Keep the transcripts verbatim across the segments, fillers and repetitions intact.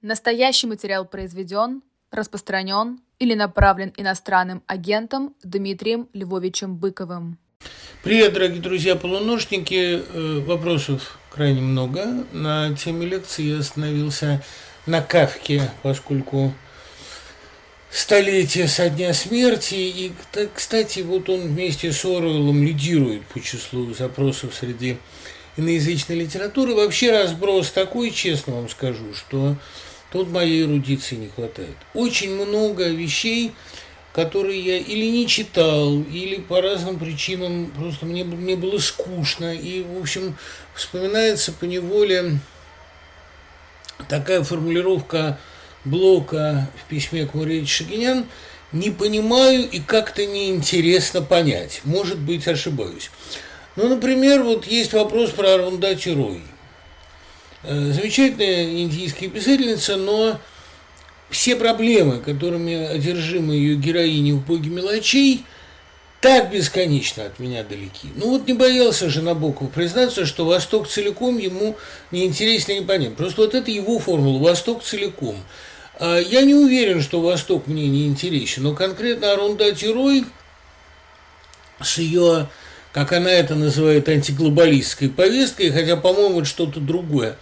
Настоящий материал произведен, распространен или направлен иностранным агентом Дмитрием Львовичем Быковым. Привет, дорогие друзья полуношники. Вопросов крайне много. На теме лекции я остановился на Кафке, поскольку столетие со дня смерти. И, кстати, вот он вместе с Оруэллом лидирует по числу запросов среди иноязычной литературы. Вообще разброс такой, честно вам скажу, что тут моей эрудиции не хватает. Очень много вещей, которые я или не читал, или по разным причинам просто мне, мне было скучно. И, в общем, вспоминается поневоле такая формулировка Блока в письме к Муреевичу Шагинян: «Не понимаю и как-то неинтересно понять. Может быть, ошибаюсь». Ну, например, вот есть вопрос про Арундхати Рой. Замечательная индийская писательница, но все проблемы, которыми одержимы ее героини в «Боге мелочей», так бесконечно от меня далеки. Ну вот не боялся же Набоков признаться, что Восток целиком ему неинтересно и непонятно. Просто вот это его формула «Восток целиком». Я не уверен, что Восток мне не интересен, но конкретно Арундхати Рой с ее, как она это называет, антиглобалистской повесткой, хотя, по-моему, это что-то другое,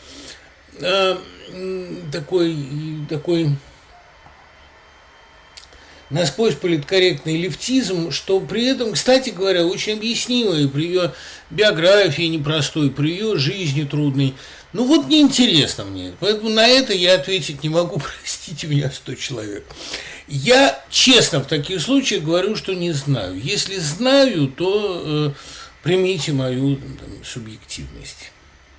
такой, такой насквозь политкорректный лефтизм, что при этом, кстати говоря, очень объяснимо и при ее биографии непростой, при ее жизни трудной. Ну вот неинтересно мне, поэтому на это я ответить не могу, простите меня, сто человек. Я честно в таких случаях говорю, что не знаю. Если знаю, то э, примите мою там, субъективность.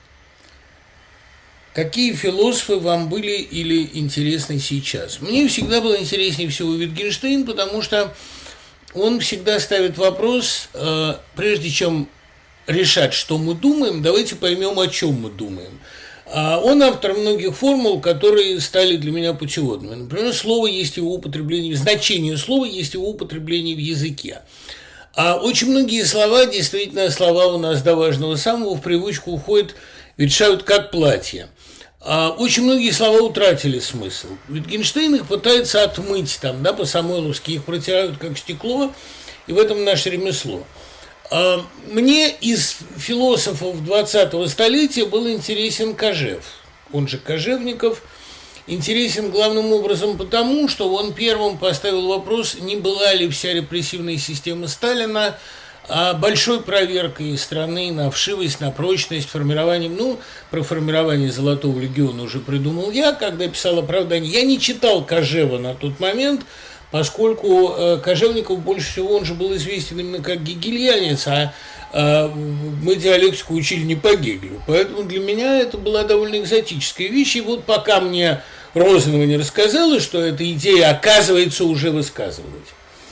Какие философы вам были или интересны сейчас? Мне всегда был интереснее всего Витгенштейн, потому что он всегда ставит вопрос, э, прежде чем решать, что мы думаем, давайте поймем, о чем мы думаем. А он автор многих формул, которые стали для меня путеводными. Например, слово есть его употребление, значение слова есть его употребление в языке. А очень многие слова, действительно, слова у нас до важного самого в привычку уходят, ветшают как платье. А очень многие слова утратили смысл. Витгенштейн их пытается отмыть, там, да, по-самойловски их протирают как стекло, и в этом наше ремесло. А мне из философов двадцатого столетия был интересен Кожев, он же Кожевников. Интересен главным образом потому, что он первым поставил вопрос, не была ли вся репрессивная система Сталина большой проверкой страны на вшивость, на прочность, формированием. Ну, про формирование Золотого легиона уже придумал я, когда писал оправдание. Я не читал Кожева на тот момент, поскольку э, Кожевников больше всего, он же был известен именно как гегельянец, а э, мы диалектику учили не по Гегелю. Поэтому для меня это была довольно экзотическая вещь. И вот пока мне Розанова не рассказала, что эта идея, оказывается, уже высказывалась,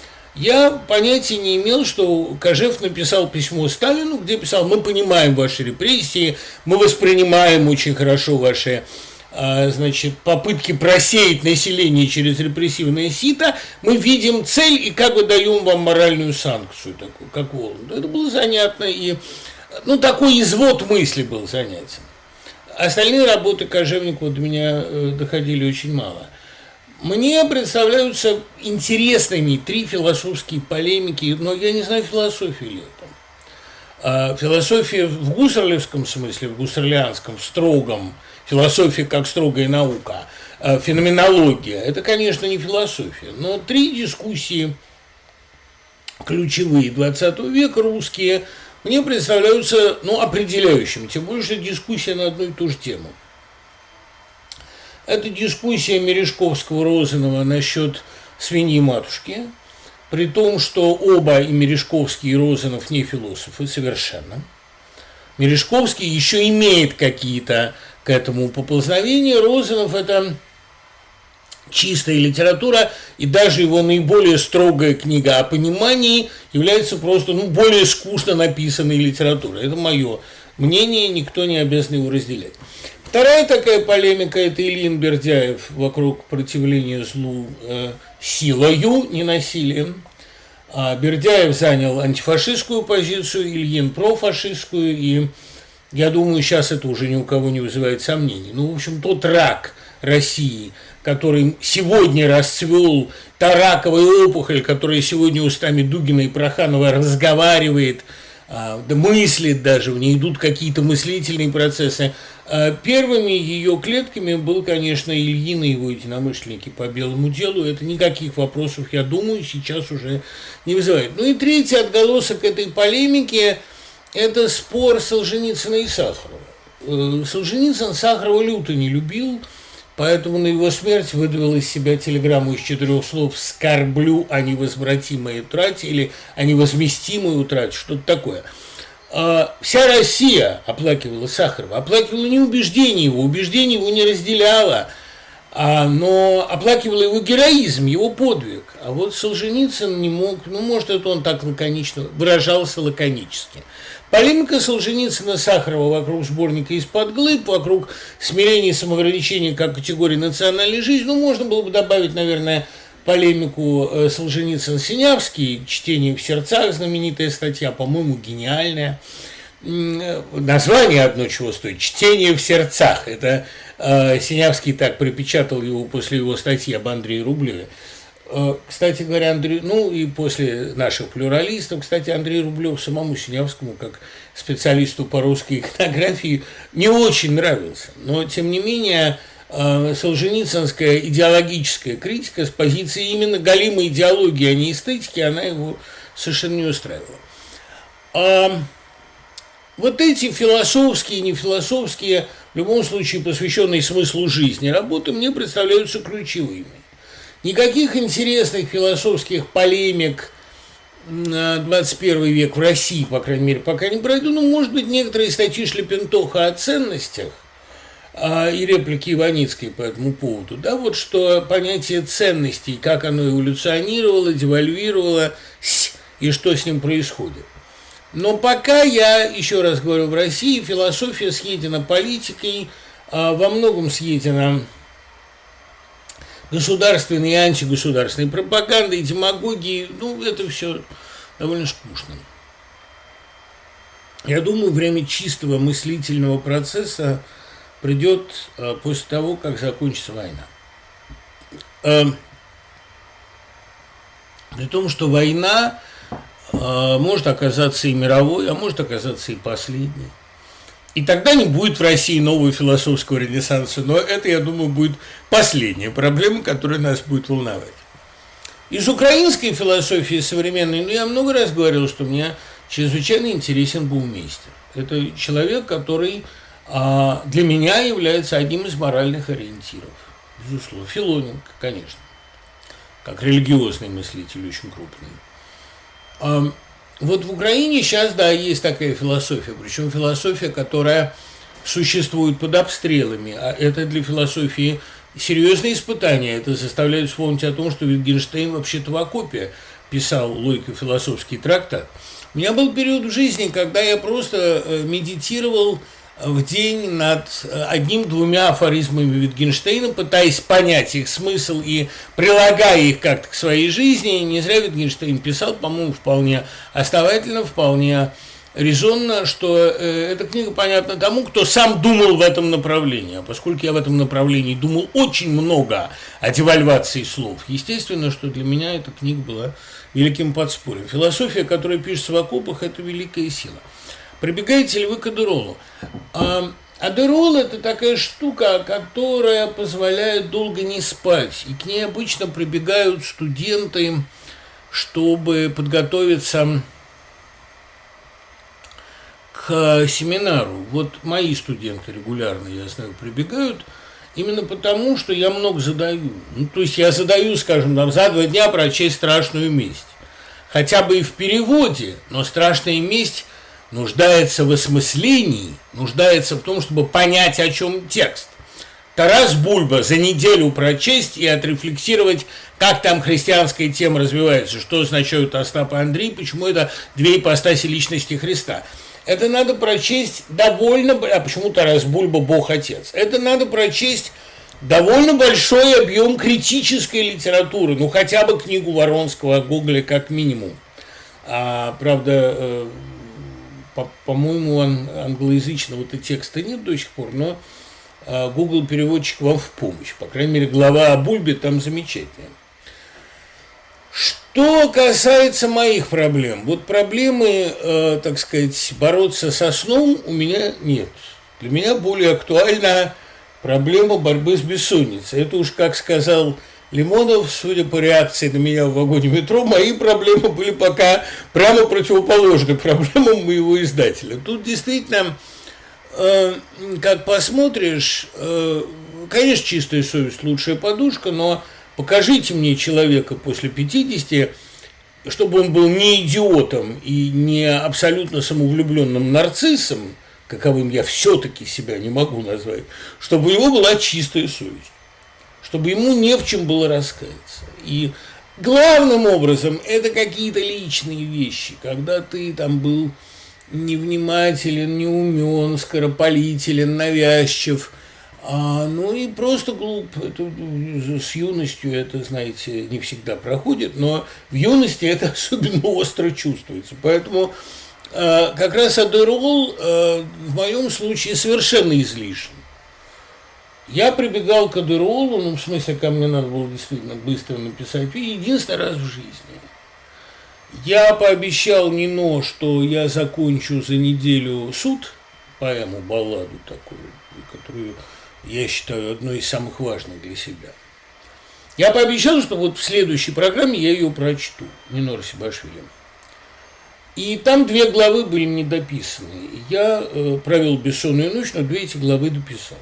я понятия не имел, что Кожев написал письмо Сталину, где писал: мы понимаем ваши репрессии, мы воспринимаем очень хорошо ваши, значит, попытки просеять население через репрессивное сито, мы видим цель и как бы даем вам моральную санкцию, такую, как Воланд. Это было занятно, и, ну, такой извод мысли был занятен. Остальные работы Кожевникова до меня доходили очень мало. Мне представляются интересными три философские полемики, но я не знаю, философия ли это. А философия в гуссерлевском смысле, в гуссерлианском, в строгом, философия как строгая наука, а феноменология, это, конечно, не философия, но три дискуссии ключевые двадцатого века, русские, мне представляются, ну, определяющими, тем более, что дискуссия на одну и ту же тему. Это дискуссия Мережковского-Розанова насчет свиньи-матушки, при том, что оба, и Мережковский, и Розанов, не философы совершенно. Мережковский еще имеет какие-то к этому поползновения, Розанов – это чистая литература, и даже его наиболее строгая книга о понимании является просто, ну, более скучно написанной литературой. Это мое мнение, никто не обязан его разделять. Вторая такая полемика – это Ильин Бердяев вокруг противления злу э, силою, не насилием. А Бердяев занял антифашистскую позицию, Ильин профашистскую, и я думаю, сейчас это уже ни у кого не вызывает сомнений. Ну, в общем, тот рак России, который сегодня расцвел, та раковая опухоль, которая сегодня устами Дугина и Проханова разговаривает, да мыслит даже, в ней идут какие-то мыслительные процессы. Первыми ее клетками был, конечно, Ильин и его единомышленники по белому делу. Это никаких вопросов, я думаю, сейчас уже не вызывает. Ну и третий отголосок этой полемики – это спор Солженицына и Сахарова. Солженицын Сахарова люто не любил, поэтому на его смерть выдавил из себя телеграмму из четырех слов «скорблю о невозвратимой утрате» или «о невозместимой утрате», что-то такое. Вся Россия оплакивала Сахарова, оплакивала не убеждение его, убеждение его не разделяла, но оплакивала его героизм, его подвиг. А вот Солженицын не мог, ну, может, это он так лаконично, выражался лаконически. Полемика Солженицына Сахарова вокруг сборника «Из-под глыб», вокруг смирения и самоограничения как категории национальной жизни, ну, можно было бы добавить, наверное, полемику Солженицын-Синявский, «Чтение в сердцах», знаменитая статья, по-моему, гениальная. Название одно чего стоит – «Чтение в сердцах». Это э, Синявский так припечатал его после его статьи об Андрее Рублеве. Э, кстати говоря, Андрей, ну и после наших плюралистов, кстати, Андрей Рублев самому Синявскому, как специалисту по русской иконографии, не очень нравился. Но, тем не менее, солженицынская идеологическая критика с позиции именно галимой идеологии, а не эстетики, она его совершенно не устраивала. А вот эти философские, не философские, в любом случае посвященные смыслу жизни работы мне представляются ключевыми. Никаких интересных философских полемик на двадцать первый век в России, по крайней мере, пока не пройду. Ну, может быть, некоторые статьи Шлепентоха о ценностях и реплики Иваницкой по этому поводу, да, вот что понятие ценностей, как оно эволюционировало, девальвировало, и что с ним происходит. Но пока я, еще раз говорю, в России философия съедена политикой, во многом съедена государственной и антигосударственной пропагандой, демагогией, ну, это все довольно скучно. Я думаю, время чистого мыслительного процесса придет э, после того, как закончится война. Э, при том, что война э, может оказаться и мировой, а может оказаться и последней. И тогда не будет в России нового философского ренессанса, но это, я думаю, будет последняя проблема, которая нас будет волновать. Из украинской философии современной, ну, я много раз говорил, что мне чрезвычайно интересен Баумейстер. Это человек, который для меня является одним из моральных ориентиров, безусловно. Филоненко, конечно, как религиозный мыслитель очень крупный. Вот в Украине сейчас, да, есть такая философия, причем философия, которая существует под обстрелами, а это для философии серьезные испытания. Это заставляет вспомнить о том, что Wittgenstein вообще-то в окопе писал логико-философский трактат. У меня был период в жизни, когда я просто медитировал в день над одним-двумя афоризмами Wittgensteina, пытаясь понять их смысл и прилагая их как-то к своей жизни. Не зря Wittgenstein писал, по-моему, вполне основательно, вполне резонно, что эта книга понятна тому, кто сам думал в этом направлении. А поскольку я в этом направлении думал очень много о девальвации слов, естественно, что для меня эта книга была великим подспорьем. Философия, которая пишется в окопах, это великая сила. Прибегаете ли вы к Адеролу? Адерол – это такая штука, которая позволяет долго не спать. И к ней обычно прибегают студенты, чтобы подготовиться к семинару. Вот мои студенты регулярно, я знаю, прибегают именно потому, что я много задаю. Ну, то есть я задаю, скажем, там, за два дня прочесть «Страшную месть». Хотя бы и в переводе, но «Страшная месть» нуждается в осмыслении, нуждается в том, чтобы понять, о чем текст. Тарас Бульба за неделю прочесть и отрефлексировать, как там христианская тема развивается, что означают Остап и Андрей, почему это две ипостаси личности Христа. Это надо прочесть довольно... А почему Тарас Бульба Бог-Отец? Это надо прочесть довольно большой объем критической литературы, ну хотя бы книгу Воронского о Гоголе как минимум. А, правда... По- по-моему, ан- англоязычного-то текста нет до сих пор, но Google переводчик вам в помощь. По крайней мере, глава о Бульбе там замечательная. Что касается моих проблем, вот проблемы, э, так сказать, бороться со сном у меня нет. Для меня более актуальна проблема борьбы с бессонницей. Это уж, как сказал Лимонов, судя по реакции на меня в вагоне метро, мои проблемы были пока прямо противоположны проблемам моего издателя. Тут действительно, э, как посмотришь, э, конечно, чистая совесть – лучшая подушка, но покажите мне человека после пятидесяти, чтобы он был не идиотом и не абсолютно самовлюбленным нарциссом, каковым я все-таки себя не могу назвать, чтобы у него была чистая совесть, чтобы ему не в чем было раскаяться. И главным образом это какие-то личные вещи, когда ты там был невнимателен, неумен, скоропалителен, навязчив, а, ну и просто глуп. Это, с юностью это, знаете, не всегда проходит, но в юности это особенно остро чувствуется. Поэтому а, как раз адерол а, в моем случае совершенно излишен. Я прибегал к адеролу, ну, в смысле, ко мне надо было действительно быстро написать, единственный раз в жизни. Я пообещал Нино, что я закончу за неделю суд, поэму, балладу такую, которую я считаю одной из самых важных для себя. Я пообещал, что вот в следующей программе я ее прочту, Нино Расибашвили. И там две главы были недописаны. Я э, провел бессонную ночь, но две эти главы дописал.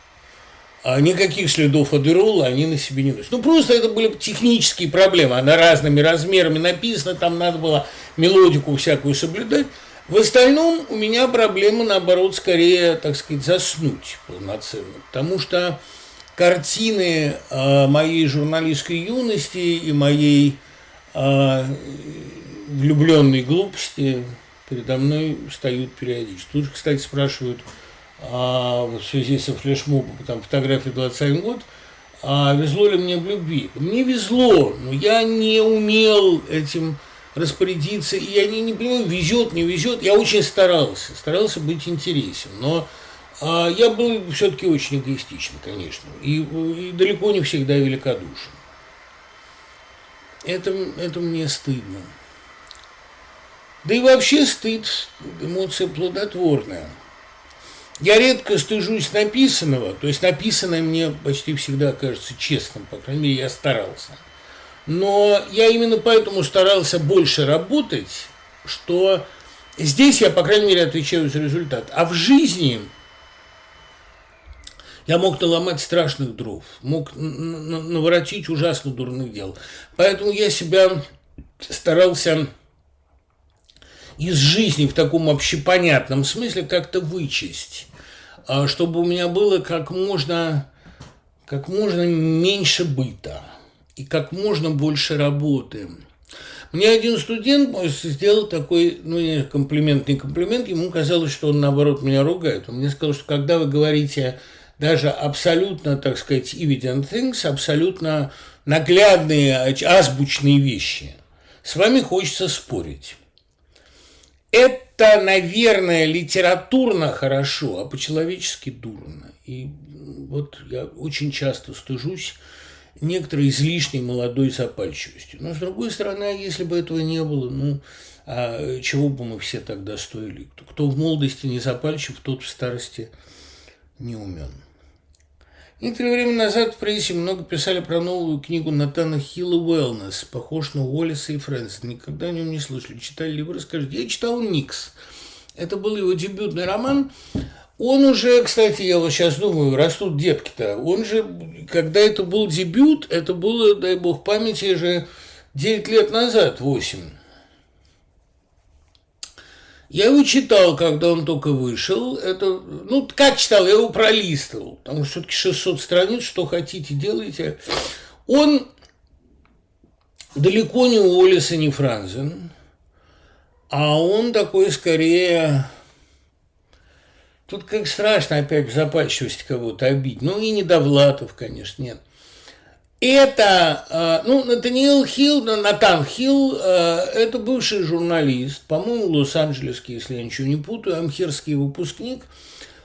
А никаких следов адерола они на себе не носят. Ну, просто это были технические проблемы. Она разными размерами написана, там надо было мелодику всякую соблюдать. В остальном у меня проблема, наоборот, скорее, так сказать, заснуть полноценно. Потому что картины э, моей журналистской юности и моей э, влюбленной глупости передо мной встают периодически. Тут же, кстати, спрашивают, а, вот в связи со флешмобом, там фотографии двадцать один год, а везло ли мне в любви? Мне везло, но я не умел этим распорядиться, и я не, не понимаю, везет, не везет. Я очень старался, старался быть интересен, но а, я был все-таки очень эгоистичен, конечно, и, и далеко не всегда великодушен. Это, это мне стыдно. Да и вообще стыд – эмоция плодотворная. Я редко стыжусь написанного, то есть написанное мне почти всегда кажется честным, по крайней мере, я старался. Но я именно поэтому старался больше работать, что здесь я, по крайней мере, отвечаю за результат. А в жизни я мог наломать страшных дров, мог наворотить ужасно дурных дел. Поэтому я себя старался из жизни в таком общепонятном смысле как-то вычесть, чтобы у меня было как можно, как можно меньше быта и как можно больше работы. Мне один студент мой сделал такой, ну, не комплимент, не комплимент, ему казалось, что он, наоборот, меня ругает. Он мне сказал, что когда вы говорите даже абсолютно, так сказать, evident things, абсолютно наглядные, азбучные вещи, с вами хочется спорить. Это, наверное, литературно хорошо, а по-человечески дурно. И вот я очень часто стыжусь некоторой излишней молодой запальчивостью. Но, с другой стороны, если бы этого не было, ну, а чего бы мы все тогда стоили? Кто в молодости не запальчив, тот в старости не умен. Некоторое время назад в прессе много писали про новую книгу Натана Хилла «Wellness», похож на Уоллеса и Фрэнсиса. Никогда о нем не слышали. Читали ли вы? Расскажите. Я читал «Никс». Это был его дебютный роман. Он уже, кстати, я вот сейчас думаю, растут детки-то. Он же, когда это был дебют, это было, дай бог памяти, же девять лет назад, восемь. Я его читал, когда он только вышел. Это, ну, как читал, я его пролистывал. Потому что все-таки шестьсот страниц, что хотите, делайте. Он далеко не Уоллес и не Франсен, а он такой скорее... Тут как страшно опять в запальчивости кого-то обидеть. Ну, и не Довлатов, конечно, нет. Это, ну, Натаниэл Хилл, Натан Хилл, это бывший журналист, по-моему, лос-анджелесский, если я ничего не путаю, амхерский выпускник.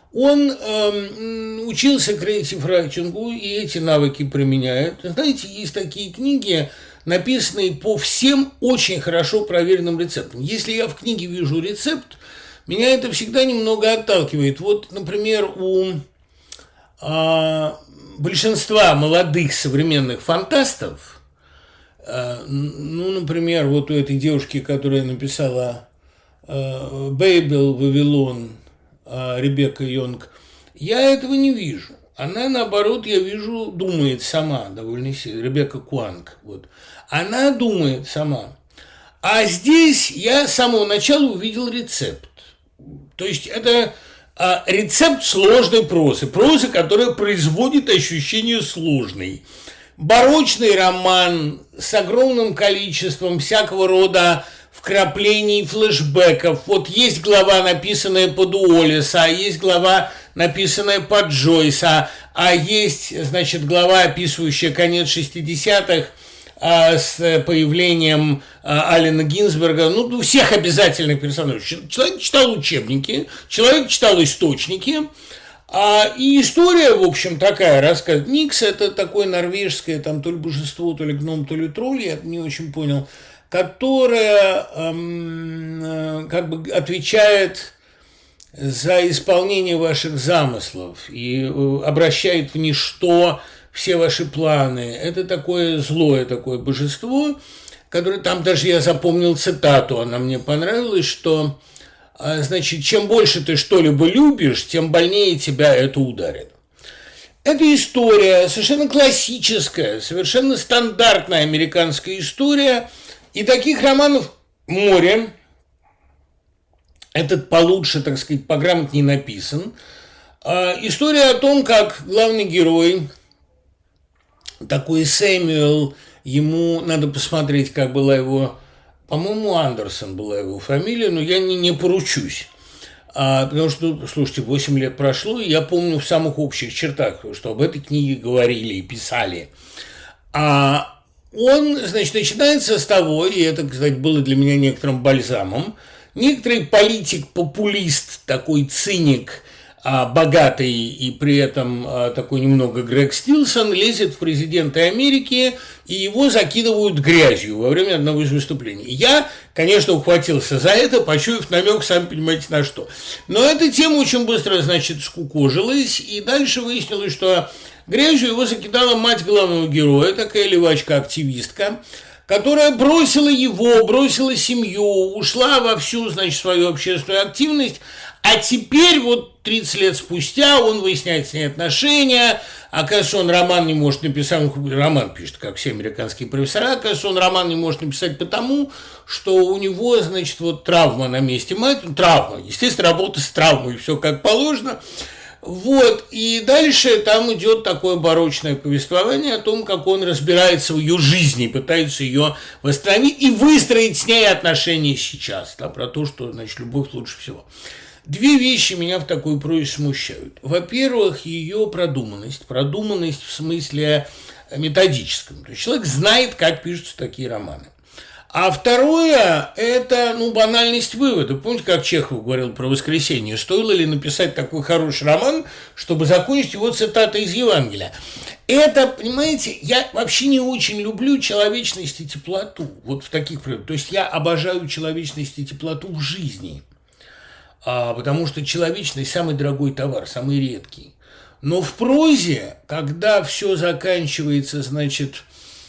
Он э, учился креатив-райтингу и эти навыки применяет. Знаете, есть такие книги, написанные по всем очень хорошо проверенным рецептам. Если я в книге вижу рецепт, меня это всегда немного отталкивает. Вот, например, у э, большинства молодых современных фантастов, э, ну, например, вот у этой девушки, которая написала э, «Бейбел», «Вавилон», Ребекка Йонг, я этого не вижу. Она, наоборот, я вижу, думает сама довольно сильно. Ребекка Куанг. Вот. Она думает сама. А здесь я с самого начала увидел рецепт. То есть это а, рецепт сложной прозы. Прозы, которая производит ощущение сложной. Барочный роман с огромным количеством всякого рода вкраплений, флешбеков. Вот есть глава, написанная под Уоллеса, а есть глава, написанная под Джойса, а есть, значит, глава, описывающая конец шестидесятых а, с появлением а, Аллена Гинзберга. Ну, у всех обязательных персонажей. Человек читал учебники, человек читал источники. А, и история, в общем, такая, рассказ. Никс – это такое норвежское, там, то ли божество, то ли гном, то ли тролль, я не очень понял, которая эм, как бы отвечает за исполнение ваших замыслов и обращает в ничто все ваши планы. Это такое злое такое божество, которое там даже я запомнил цитату, она мне понравилась, что, значит, чем больше ты что-либо любишь, тем больнее тебя это ударит. Это история совершенно классическая, совершенно стандартная американская история. И таких романов море. Этот получше, так сказать, пограмотнее написан. А, история о том, как главный герой, такой Сэмюэл, ему надо посмотреть, как была его, по-моему, Андерсон была его фамилия, но я не, не поручусь. А, потому что, слушайте, восемь лет прошло, и я помню в самых общих чертах, что об этой книге говорили и писали. А он, значит, начинается с того, и это, кстати, было для меня некоторым бальзамом, некоторый политик-популист, такой циник, богатый и при этом такой немного Грег Стилсон, лезет в президенты Америки, и его закидывают грязью во время одного из выступлений. Я, конечно, ухватился за это, почуяв намек, сами понимаете, на что. Но эта тема очень быстро, значит, скукожилась, и дальше выяснилось, что грязью его закидала мать главного героя, такая левачка-активистка, которая бросила его, бросила семью, ушла во всю, значит, свою общественную активность, а теперь, вот тридцать лет спустя, он выясняет с ней отношения, оказывается, он роман не может написать, он роман пишет, как все американские профессора, оказывается, он роман не может написать потому, что у него, значит, вот травма на месте мать, травма, естественно, работа с травмой, все как положено. Вот, и дальше там идет такое барочное повествование о том, как он разбирается в ее жизни, пытается ее восстановить и выстроить с ней отношения сейчас, да, про то, что, значит, любовь лучше всего. Две вещи меня в такой прозе смущают. Во-первых, ее продуманность, продуманность в смысле методическом, то есть человек знает, как пишутся такие романы. А второе – это, ну, банальность вывода. Помните, как Чехов говорил про воскресенье? Стоило ли написать такой хороший роман, чтобы закончить его цитатой из Евангелия? Это, понимаете, я вообще не очень люблю человечность и теплоту. Вот в таких проявлениях. То есть я обожаю человечность и теплоту в жизни. А, потому что человечность – самый дорогой товар, самый редкий. Но в прозе, когда все заканчивается, значит,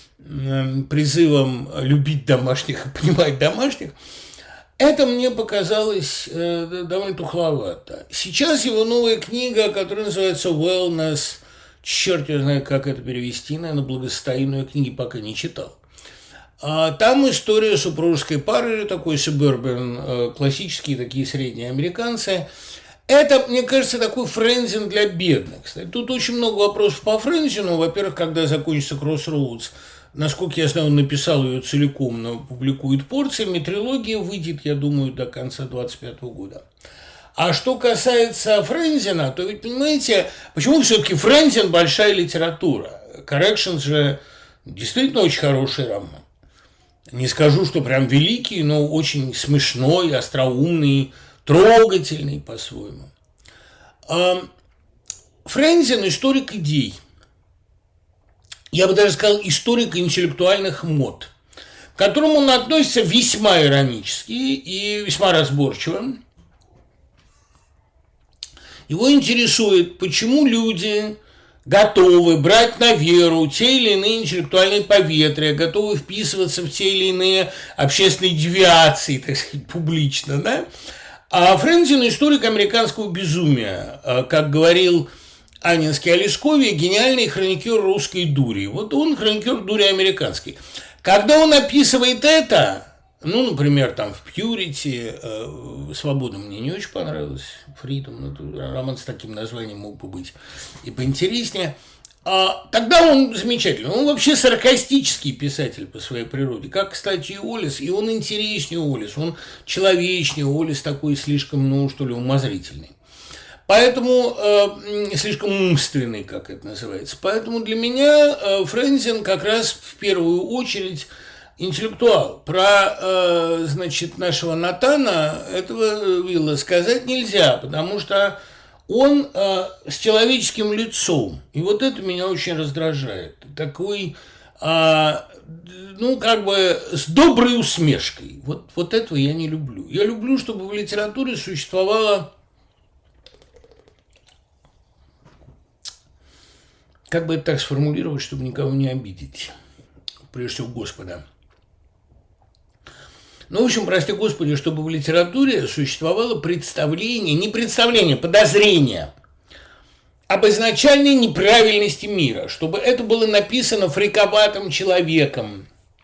призывом любить домашних и понимать домашних, это мне показалось э, довольно тухловато. Сейчас его новая книга, которая называется «Wellness», черт я знаю, как это перевести, наверное, благосостояние, книги пока не читал. А там история супружеской пары, такой субурбан, э, классические такие средние американцы. Это, мне кажется, такой френдзинг для бедных. Кстати, тут очень много вопросов по френдзину. Во-первых, когда закончится «Кроссроудс», насколько я знаю, он написал ее целиком, но публикует порциями. Трилогия выйдет, я думаю, до конца двадцать пятого года. А что касается френдзина, то ведь, понимаете, почему все-таки френдзин – большая литература? Corrections же действительно очень хороший роман. Не скажу, что прям великий, но очень смешной, остроумный, трогательный по-своему. Фрэнзен – историк идей. Я бы даже сказал, историк интеллектуальных мод, к которому он относится весьма иронически и весьма разборчиво. Его интересует, почему люди готовы брать на веру те или иные интеллектуальные поветрия, готовы вписываться в те или иные общественные девиации, так сказать, публично, да? А Фрэнзен – историк американского безумия, как говорил Анинский о Лескове, гениальный хроникер русской дури. Вот он хроникер дури американский. Когда он описывает это, ну, например, там в «Пьюрити», э, «Свобода» мне не очень понравилось, «Фридом», ну, роман с таким названием мог бы быть и поинтереснее, а, тогда он замечательный. Он вообще саркастический писатель по своей природе, как, кстати, и Уоллес, и он интереснее Уоллес, он человечнее, Уоллес такой слишком, ну, что ли, умозрительный. Поэтому э, слишком умственный, как это называется. Поэтому для меня э, Фрэнзен как раз в первую очередь интеллектуал. Про, э, значит, нашего Натана этого Вилла сказать нельзя, потому что он э, с человеческим лицом. И вот это меня очень раздражает. Такой, э, ну, как бы с доброй усмешкой. Вот, вот этого я не люблю. Я люблю, чтобы в литературе существовало... Как бы это так сформулировать, чтобы никого не обидеть? Прежде всего, Господа. Ну, в общем, прости Господи, чтобы в литературе существовало представление, не представление, подозрение об изначальной неправильности мира, чтобы это было написано фриковатым человеком,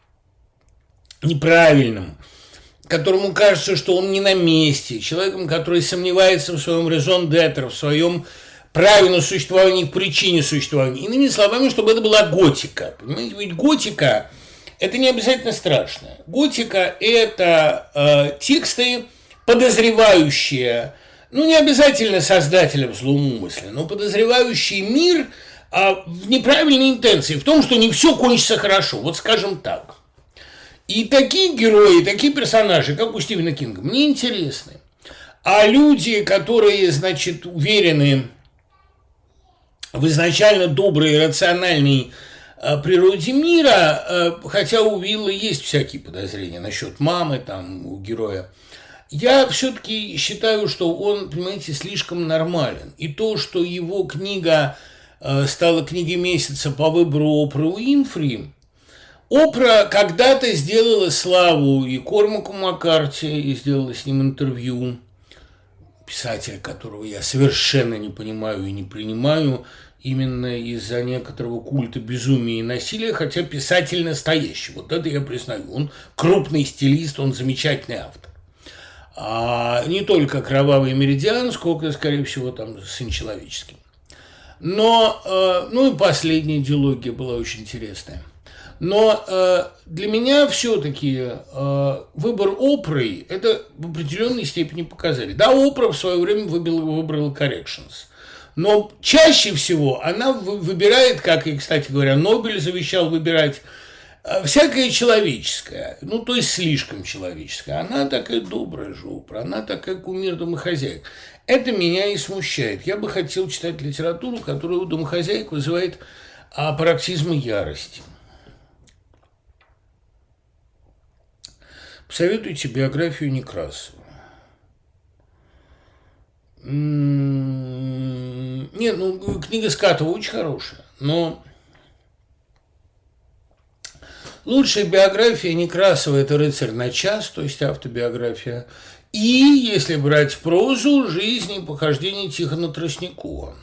неправильным, которому кажется, что он не на месте, человеком, который сомневается в своем raison d'être, в своем правильном существовании, в причине существования. Иными словами, чтобы это была готика. Понимаете, ведь готика – это не обязательно страшно. Готика – это э, тексты, подозревающие, ну, не обязательно создателя в злом умысле, но подозревающие мир э, в неправильной интенции, в том, что не все кончится хорошо, вот скажем так. И такие герои, такие персонажи, как у Стивена Кинга, мне интересны. А люди, которые, значит, уверены в изначально доброй и рациональной э, природе мира, э, хотя у Вилла есть всякие подозрения насчет мамы, там, у героя, я все-таки считаю, что он, понимаете, слишком нормален. И то, что его книга э, стала книгой месяца по выбору Опры Уинфри, Опра когда-то сделала славу и Кормаку Маккарти, и сделала с ним интервью, писателя, которого я совершенно не понимаю и не принимаю, именно из-за некоторого культа безумия и насилия, хотя писатель настоящий. Вот это я признаю. Он крупный стилист, он замечательный автор. А не только «Кровавый меридиан», сколько, скорее всего, там «Сын человеческий». Но, ну и последняя диалогия была очень интересная. Но э, для меня все-таки э, выбор Опры – это в определенной степени показатель. Да, Опра в свое время выбрала, выбрала Corrections. Но чаще всего она выбирает, как и, кстати говоря, Нобель завещал выбирать, э, всякое человеческое. Ну, то есть слишком человеческое. Она такая добрая же Опра, она такая кумир домохозяек. Это меня и смущает. Я бы хотел читать литературу, которая у домохозяек вызывает а, пароксизмы ярости. Посоветуйте биографию Некрасова. Нет, ну, книга Скатова очень хорошая, но лучшая биография Некрасова – это «Рыцарь на час», то есть автобиография, и, если брать прозу, «Жизнь и похождения Тихона Тростникова».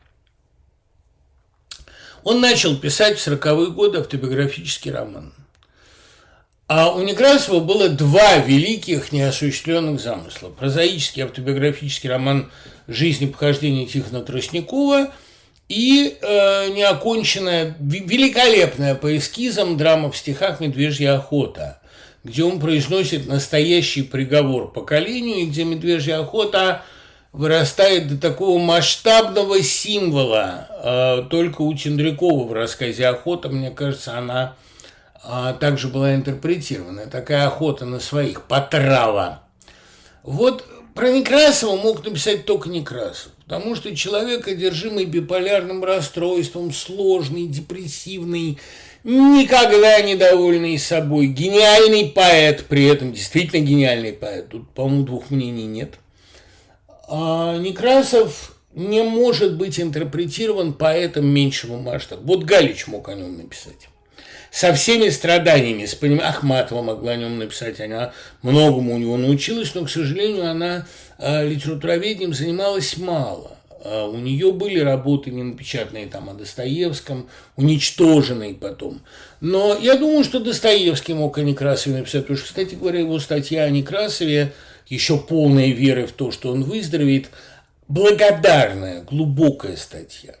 Он начал писать в сороковые годы автобиографический роман. А у Некрасова было два великих неосуществленных замысла. Прозаический автобиографический роман «Жизнь и похождения Тихона Тростникова» и э, неоконченная, великолепная по эскизам драма в стихах «Медвежья охота», где он произносит настоящий приговор поколению, и где медвежья охота вырастает до такого масштабного символа. Э, только у Тендрякова в рассказе «Охота», мне кажется, она а, также была интерпретирована. Такая охота на своих, потрава. Вот про Некрасова мог написать только Некрасов, потому что человек, одержимый биполярным расстройством, сложный, депрессивный, никогда недовольный собой, гениальный поэт, при этом действительно гениальный поэт, тут, по-моему, двух мнений нет. А Некрасов не может быть интерпретирован поэтом меньшего масштаба. Вот Галич мог о нем написать. Со всеми страданиями, с пониманием, Ахматова могла о нем написать, она многому у него научилась, но, к сожалению, она э, литературоведением занималась мало. Э, у нее были работы не напечатанные там о Достоевском, уничтоженные потом. Но я думаю, что Достоевский мог о Некрасове написать, потому что, кстати говоря, его статья о Некрасове, еще полная веры в то, что он выздоровеет, благодарная, глубокая статья.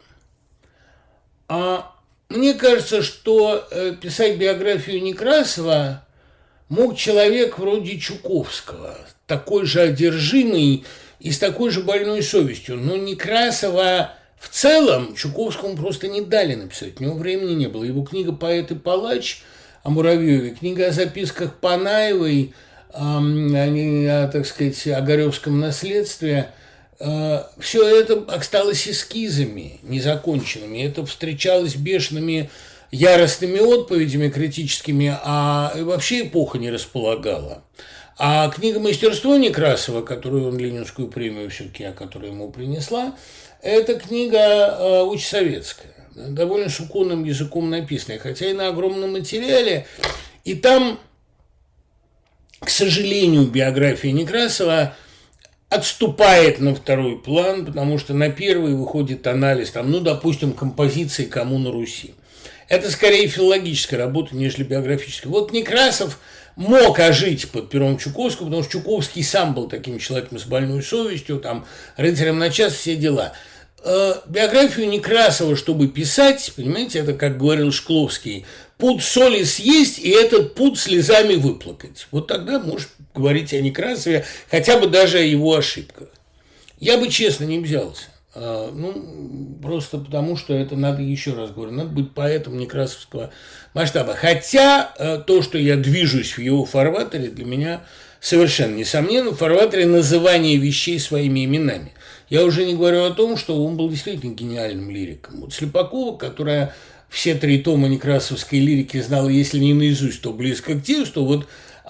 А мне кажется, что писать биографию Некрасова мог человек вроде Чуковского, такой же одержимый и с такой же больной совестью. Но Некрасова в целом Чуковскому просто не дали написать, у него времени не было. Его книга «Поэт и палач» о Муравьеве, книга о записках Панаевой, о, о, так сказать, о Огаревском наследстве – все это осталось эскизами незаконченными. Это встречалось бешеными яростными отповедями критическими, а вообще эпоха не располагала. А книга «Мастерство» Некрасова, которую он Ленинскую премию все-таки, которая ему принесла, это книга учсоветская, довольно суконным языком написанная, хотя и на огромном материале. И там, к сожалению, биография Некрасова отступает на второй план, потому что на первый выходит анализ, там, ну, допустим, композиции «Кому на Руси». Это скорее филологическая работа, нежели биографическая. Вот Некрасов мог ожить под пером Чуковского, потому что Чуковский сам был таким человеком с больной совестью, там, рыцарем на час, все дела. Биографию Некрасова, чтобы писать, понимаете, это, как говорил Шкловский, пуд соли съесть и этот пуд слезами выплакать. Вот тогда можешь говорить о Некрасове, хотя бы даже о его ошибках. Я бы честно не взялся. Ну, просто потому, что это надо, еще раз говорю, надо быть поэтом некрасовского масштаба. Хотя то, что я движусь в его фарватере, для меня совершенно несомненно, в фарватере называния вещей своими именами. Я уже не говорю о том, что он был действительно гениальным лириком. Вот Слепакова, которая все три тома некрасовской лирики знала, если не наизусть, то близко к тексту, вот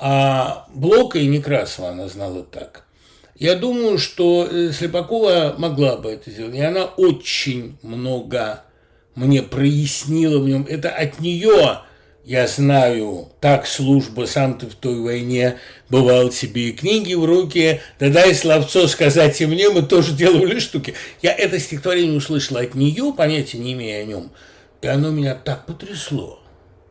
а Блока и Некрасова она знала так. Я думаю, что Слепакова могла бы это сделать, и она очень много мне прояснила в нем. Это от нее, я знаю, так служба, сам ты в той войне бывал тебе и книги в руки, да дай словцо сказать и мне, мы тоже делали штуки. Я это стихотворение услышал от нее, понятия не имея о нем, и оно меня так потрясло.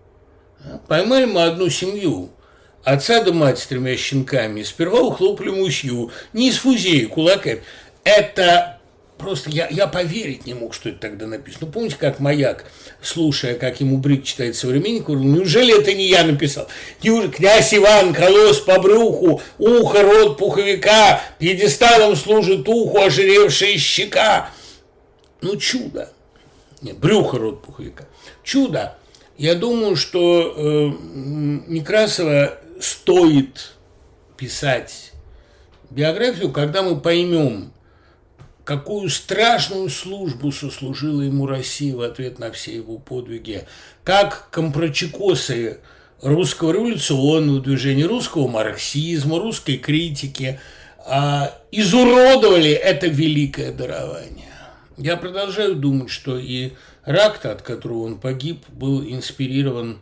Поймали мы одну семью, отца да мать с тремя щенками, сперва ухлопали мусью, не из фузеи, кулаками. Это просто, я, я поверить не мог, что это тогда написано. Ну, помните, как Маяк, слушая, как ему Брик читает «Современник», говорил, неужели это не я написал? Неужели князь Иван, колос по брюху, ухо, рот пуховика, пьедесталом служит уху, ожиревшая щека. Ну, чудо. Нет, брюхо, рот пуховика. Чудо. Я думаю, что э, Некрасова стоит писать биографию, когда мы поймем, какую страшную службу сослужила ему Россия в ответ на все его подвиги, как компрочекосы русского революционного движения, русского марксизма, русской критики а, изуродовали это великое дарование. Я продолжаю думать, что и рак-то, от которого он погиб, был инспирирован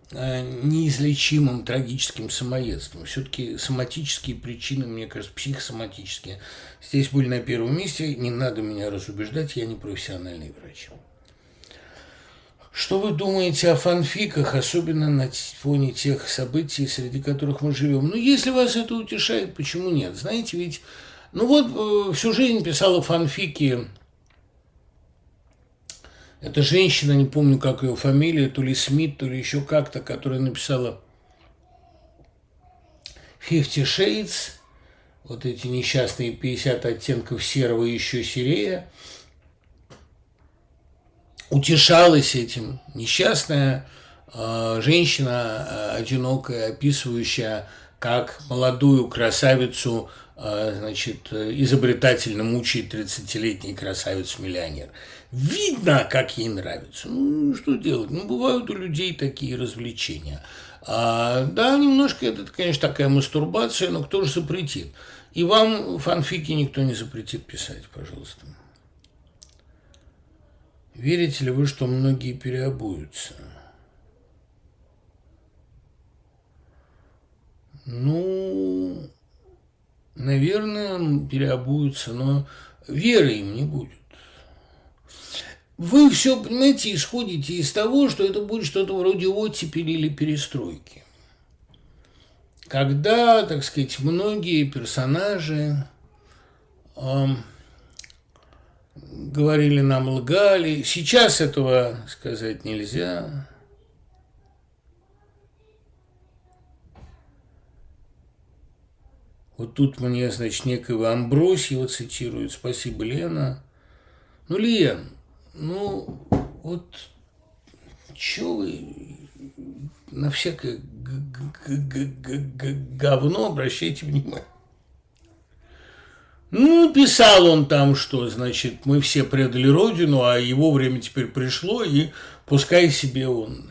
неизлечимым трагическим самоедством. Все-таки соматические причины, мне кажется, психосоматические, здесь были на первом месте. Не надо меня разубеждать, я не профессиональный врач. Что вы думаете о фанфиках, особенно на фоне тех событий, среди которых мы живем? Ну, если вас это утешает, почему нет? Знаете, ведь, ну вот, всю жизнь писала фанфики. Это женщина, не помню, как ее фамилия, то ли Смит, то ли еще как-то, которая написала Fifty Shades, вот эти несчастные пятьдесят оттенков серого и еще серее. Утешалась этим несчастная э, женщина, э, одинокая, описывающая, как молодую красавицу э, значит, изобретательно мучает тридцатилетний красавец-миллионер. Видно, как ей нравится. Ну, что делать? Ну, бывают у людей такие развлечения. А, да, немножко это, конечно, такая мастурбация, но кто же запретит? И вам фанфики никто не запретит писать, пожалуйста. Верите ли вы, что многие переобуются? Ну, наверное, переобуются, но веры им не будет. Вы все, понимаете, исходите из того, что это будет что-то вроде оттепели или перестройки. Когда, так сказать, многие персонажи э, говорили нам, лгали. Сейчас этого сказать нельзя. Вот тут мне, значит, некого Амбросьева цитируют. Спасибо, Лена. Ну, Лен, ну, вот, чё вы на всякое говно обращайте внимание? Ну, писал он там, что, значит, мы все предали Родину, а его время теперь пришло, и пускай себе он.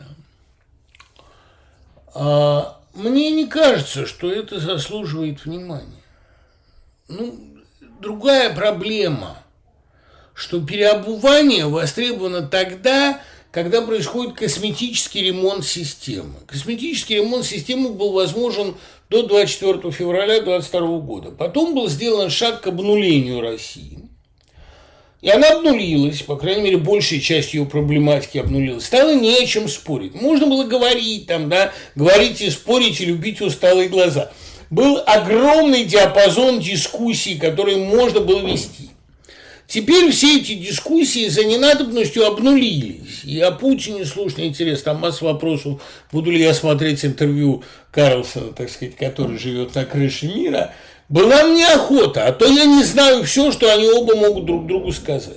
А мне не кажется, что это заслуживает внимания. Ну, другая проблема, что переобувание востребовано тогда, когда происходит косметический ремонт системы. Косметический ремонт системы был возможен до двадцать четвёртого февраля двадцать второго года. Потом был сделан шаг к обнулению России. И она обнулилась, по крайней мере, большая часть ее проблематики обнулилась. Стало не о чем спорить. Можно было говорить там, да, говорить и спорить, и любить усталые глаза. Был огромный диапазон дискуссий, которые можно было вести. Теперь все эти дискуссии за ненадобностью обнулились. И о Путине слушный интерес, там масса вопросов, буду ли я смотреть интервью Карлсона, так сказать, который живет на крыше мира. Была мне охота, а то я не знаю все, что они оба могут друг другу сказать.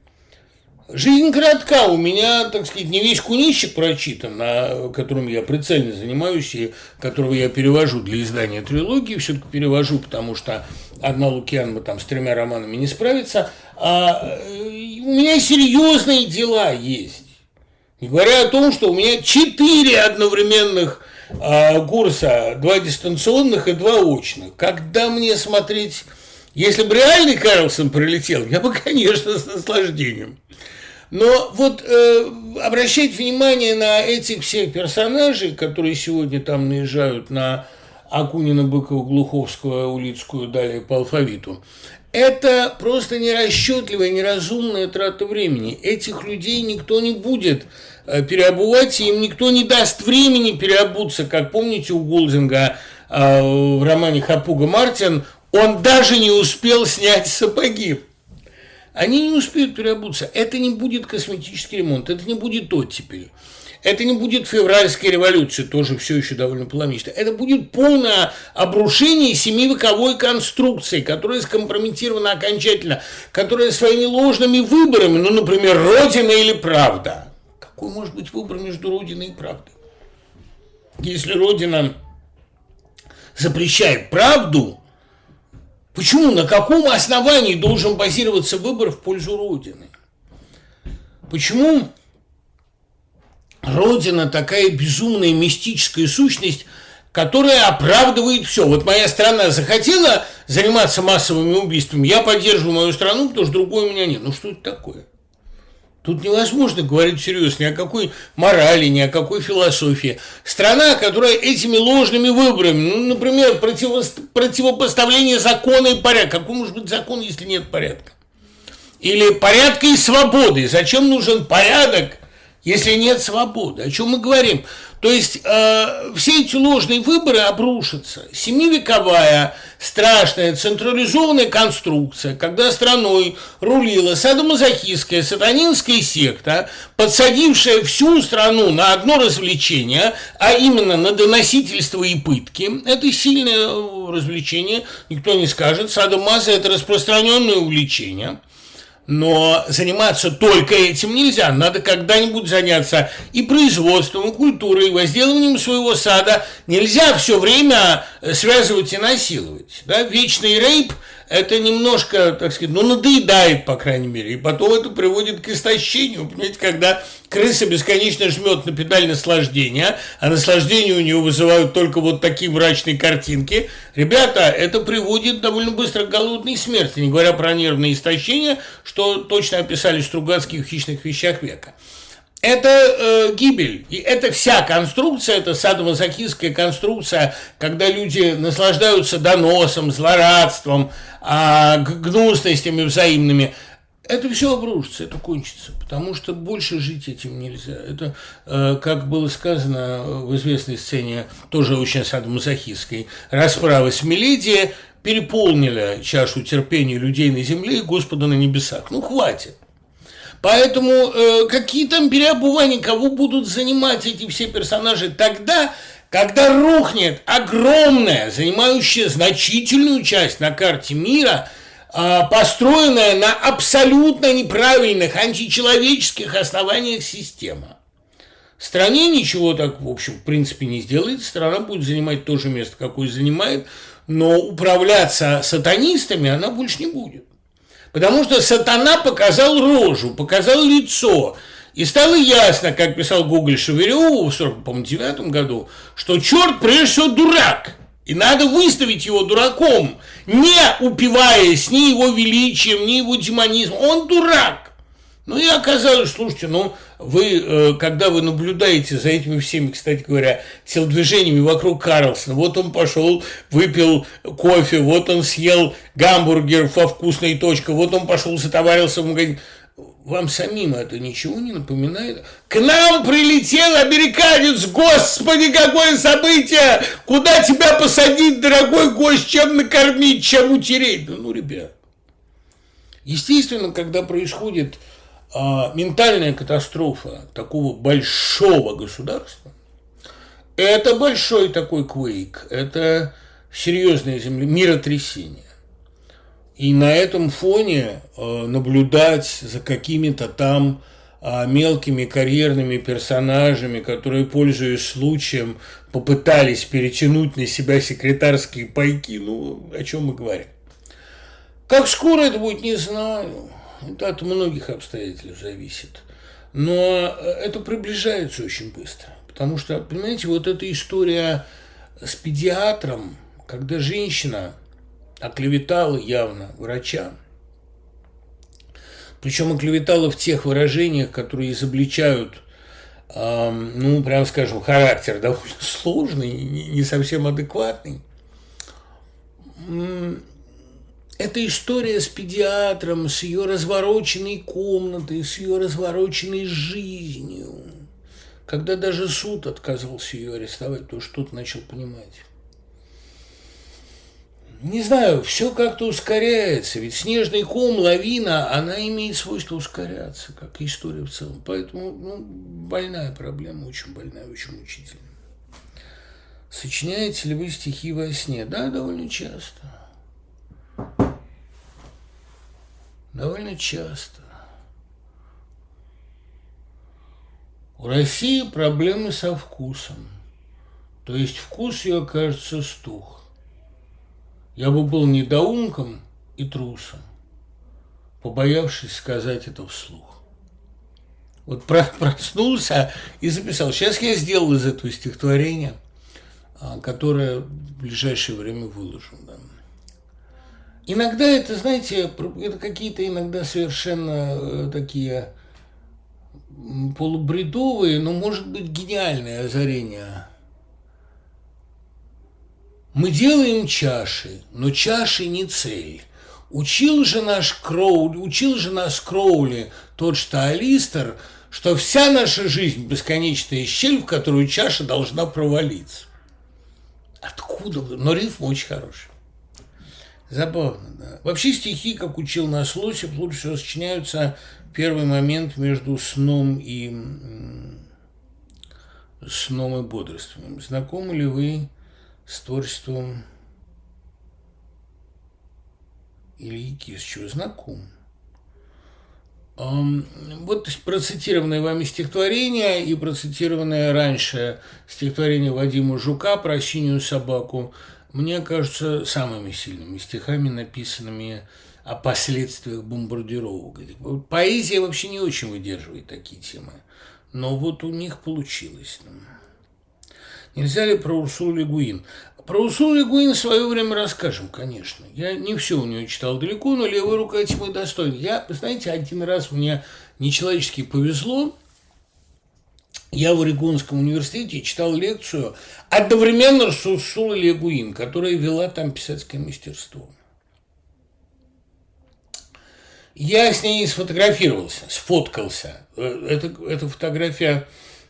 Жизнь коротка, у меня, так сказать, не весь кунищик прочитан, на которым я прицельно занимаюсь и которого я перевожу для издания трилогии, все-таки перевожу, потому что одна Лукьянова там с тремя романами не справится, а у меня серьезные дела есть. Не говоря о том, что у меня четыре одновременных а, курса, два дистанционных и два очных. Когда мне смотреть, если бы реальный Карлсон прилетел, я бы, конечно, с наслаждением. Но вот э, обращать внимание на этих всех персонажей, которые сегодня там наезжают на Акунина, Быкова, Глуховского, Улицкую, далее по алфавиту, это просто нерасчетливая, неразумная трата времени. Этих людей никто не будет переобувать, и им никто не даст времени переобуться. Как помните у Голдинга э, в романе «Хапуга Мартин», он даже не успел снять сапоги. Они не успеют переобуться. Это не будет косметический ремонт, это не будет оттепель. Это не будет февральская революция, тоже все еще довольно полемично. Это будет полное обрушение семивековой конструкции, которая скомпрометирована окончательно, которая своими ложными выборами, ну, например, Родина или правда. Какой может быть выбор между Родиной и правдой? Если Родина запрещает правду, почему, на каком основании должен базироваться выбор в пользу Родины? Почему Родина такая безумная мистическая сущность, которая оправдывает все? Вот моя страна захотела заниматься массовыми убийствами, я поддерживаю мою страну, потому что другой у меня нет. Ну что это такое? Тут невозможно говорить серьезно ни о какой морали, ни о какой философии. Страна, которая этими ложными выборами, ну, например, противопоставление закона и порядка. Какой может быть закон, если нет порядка? Или порядка и свободы. Зачем нужен порядок, если нет свободы? О чем мы говорим? То есть э, все эти ложные выборы обрушатся. Семивековая, страшная, централизованная конструкция, когда страной рулила садомазохистская, сатанинская секта, подсадившая всю страну на одно развлечение, а именно на доносительство и пытки. Это сильное развлечение, никто не скажет. Садомаза – это распространенное увлечение. Но заниматься только этим нельзя. Надо когда-нибудь заняться и производством, и культурой, и возделыванием своего сада. Нельзя все время связывать и насиловать. Да? Вечный рейп – это немножко, так сказать, ну, надоедает, по крайней мере. И потом это приводит к истощению. Понимаете, когда крыса бесконечно жмет на педаль наслаждения, а наслаждение у нее вызывают только вот такие мрачные картинки, ребята, это приводит довольно быстро к голодной смерти, не говоря про нервное истощение, что точно описали Стругацкие в «Хищных вещах века». Это э, гибель. И это вся конструкция, это садомазохистская конструкция, когда люди наслаждаются доносом, злорадством, э, гнусностями взаимными. Это все обрушится, это кончится, потому что больше жить этим нельзя. Это, э, как было сказано в известной сцене, тоже очень садомазохистской, расправа с Миледи переполнила чашу терпения людей на земле и Господа на небесах. Ну, хватит. Поэтому э, какие там переобувания, кого будут занимать эти все персонажи тогда, когда рухнет огромная, занимающая значительную часть на карте мира, э, построенная на абсолютно неправильных, античеловеческих основаниях система. Стране ничего так, в общем, в принципе, не сделает, страна будет занимать то же место, какое занимает, но управляться сатанистами она больше не будет. Потому что сатана показал рожу, показал лицо. И стало ясно, как писал Гоголь Шеверёву в сорок девятом году, что черт прежде всего дурак. И надо выставить его дураком, не упиваясь ни его величием, ни его демонизмом. Он дурак. Ну и оказалось, слушайте, ну вы, когда вы наблюдаете за этими всеми, кстати говоря, телодвижениями вокруг Карлсона, вот он пошел, выпил кофе, вот он съел гамбургер во вкусной точке, вот он пошел, затоварился в магазин. Вам самим это ничего не напоминает? К нам прилетел американец, господи, какое событие! Куда тебя посадить, дорогой гость, чем накормить, чем утереть? Ну, ребят. Естественно, когда происходит а, ментальная катастрофа такого большого государства, это большой такой квейк, это серьезное земле, миротрясение. И на этом фоне э, наблюдать за какими-то там э, мелкими карьерными персонажами, которые, пользуясь случаем, попытались перетянуть на себя секретарские пайки, ну, о чем мы говорим. Как скоро это будет, не знаю. Это от многих обстоятельств зависит. Но это приближается очень быстро. Потому что, понимаете, вот эта история с педиатром, когда женщина оклеветала явно врача, причем оклеветала в тех выражениях, которые изобличают, э, ну, прямо скажем, характер довольно сложный, не совсем адекватный. Эта история с педиатром, с ее развороченной комнатой, с ее развороченной жизнью, когда даже суд отказывался ее арестовать, то что-то начал понимать. Не знаю, все как-то ускоряется, ведь снежный ком, лавина, она имеет свойство ускоряться, как и история в целом. Поэтому ну, больная проблема, очень больная, очень мучительная. Сочиняете ли вы стихи во сне? Да, довольно часто. Довольно часто. У России проблемы со вкусом. То есть вкус ее, кажется, стух. Я бы был недоумком и трусом, побоявшись сказать это вслух. Вот проснулся и записал. Сейчас я сделал из этого стихотворения, которое в ближайшее время выложу. Да. Иногда это, знаете, это какие-то иногда совершенно такие полубредовые, но, может быть, гениальные озарения. Мы делаем чаши, но чаши не цель. Учил же, наш Кроули, учил же нас Кроули, тот что Алистер, что вся наша жизнь – бесконечная щель, в которую чаша должна провалиться. Откуда? Но рифм очень хороший. Забавно, да. Вообще стихи, как учил нас Лосев, лучше всего сочиняются в первый момент между сном и, сном и бодрствованием. Знакомы ли вы с творчеством Ильи Кисчева? Знаком. Вот процитированное вами стихотворение и процитированное раньше стихотворение Вадима Жука про синюю собаку мне кажутся самыми сильными стихами, написанными о последствиях бомбардировок. Поэзия вообще не очень выдерживает такие темы, но вот у них получилось. Нельзя ли про Урсулу Ле Гуин? Про Урсулу Ле Гуин в свое время расскажем, конечно. Я не все у нее читал далеко, но «Левая рука» тьмы достоин. Я, знаете, один раз мне нечеловечески повезло. Я в Орегонском университете читал лекцию одновременно с Урсулой Ле Гуин, которая вела там писательское мастерство. Я с ней сфотографировался, сфоткался. Это, эта фотография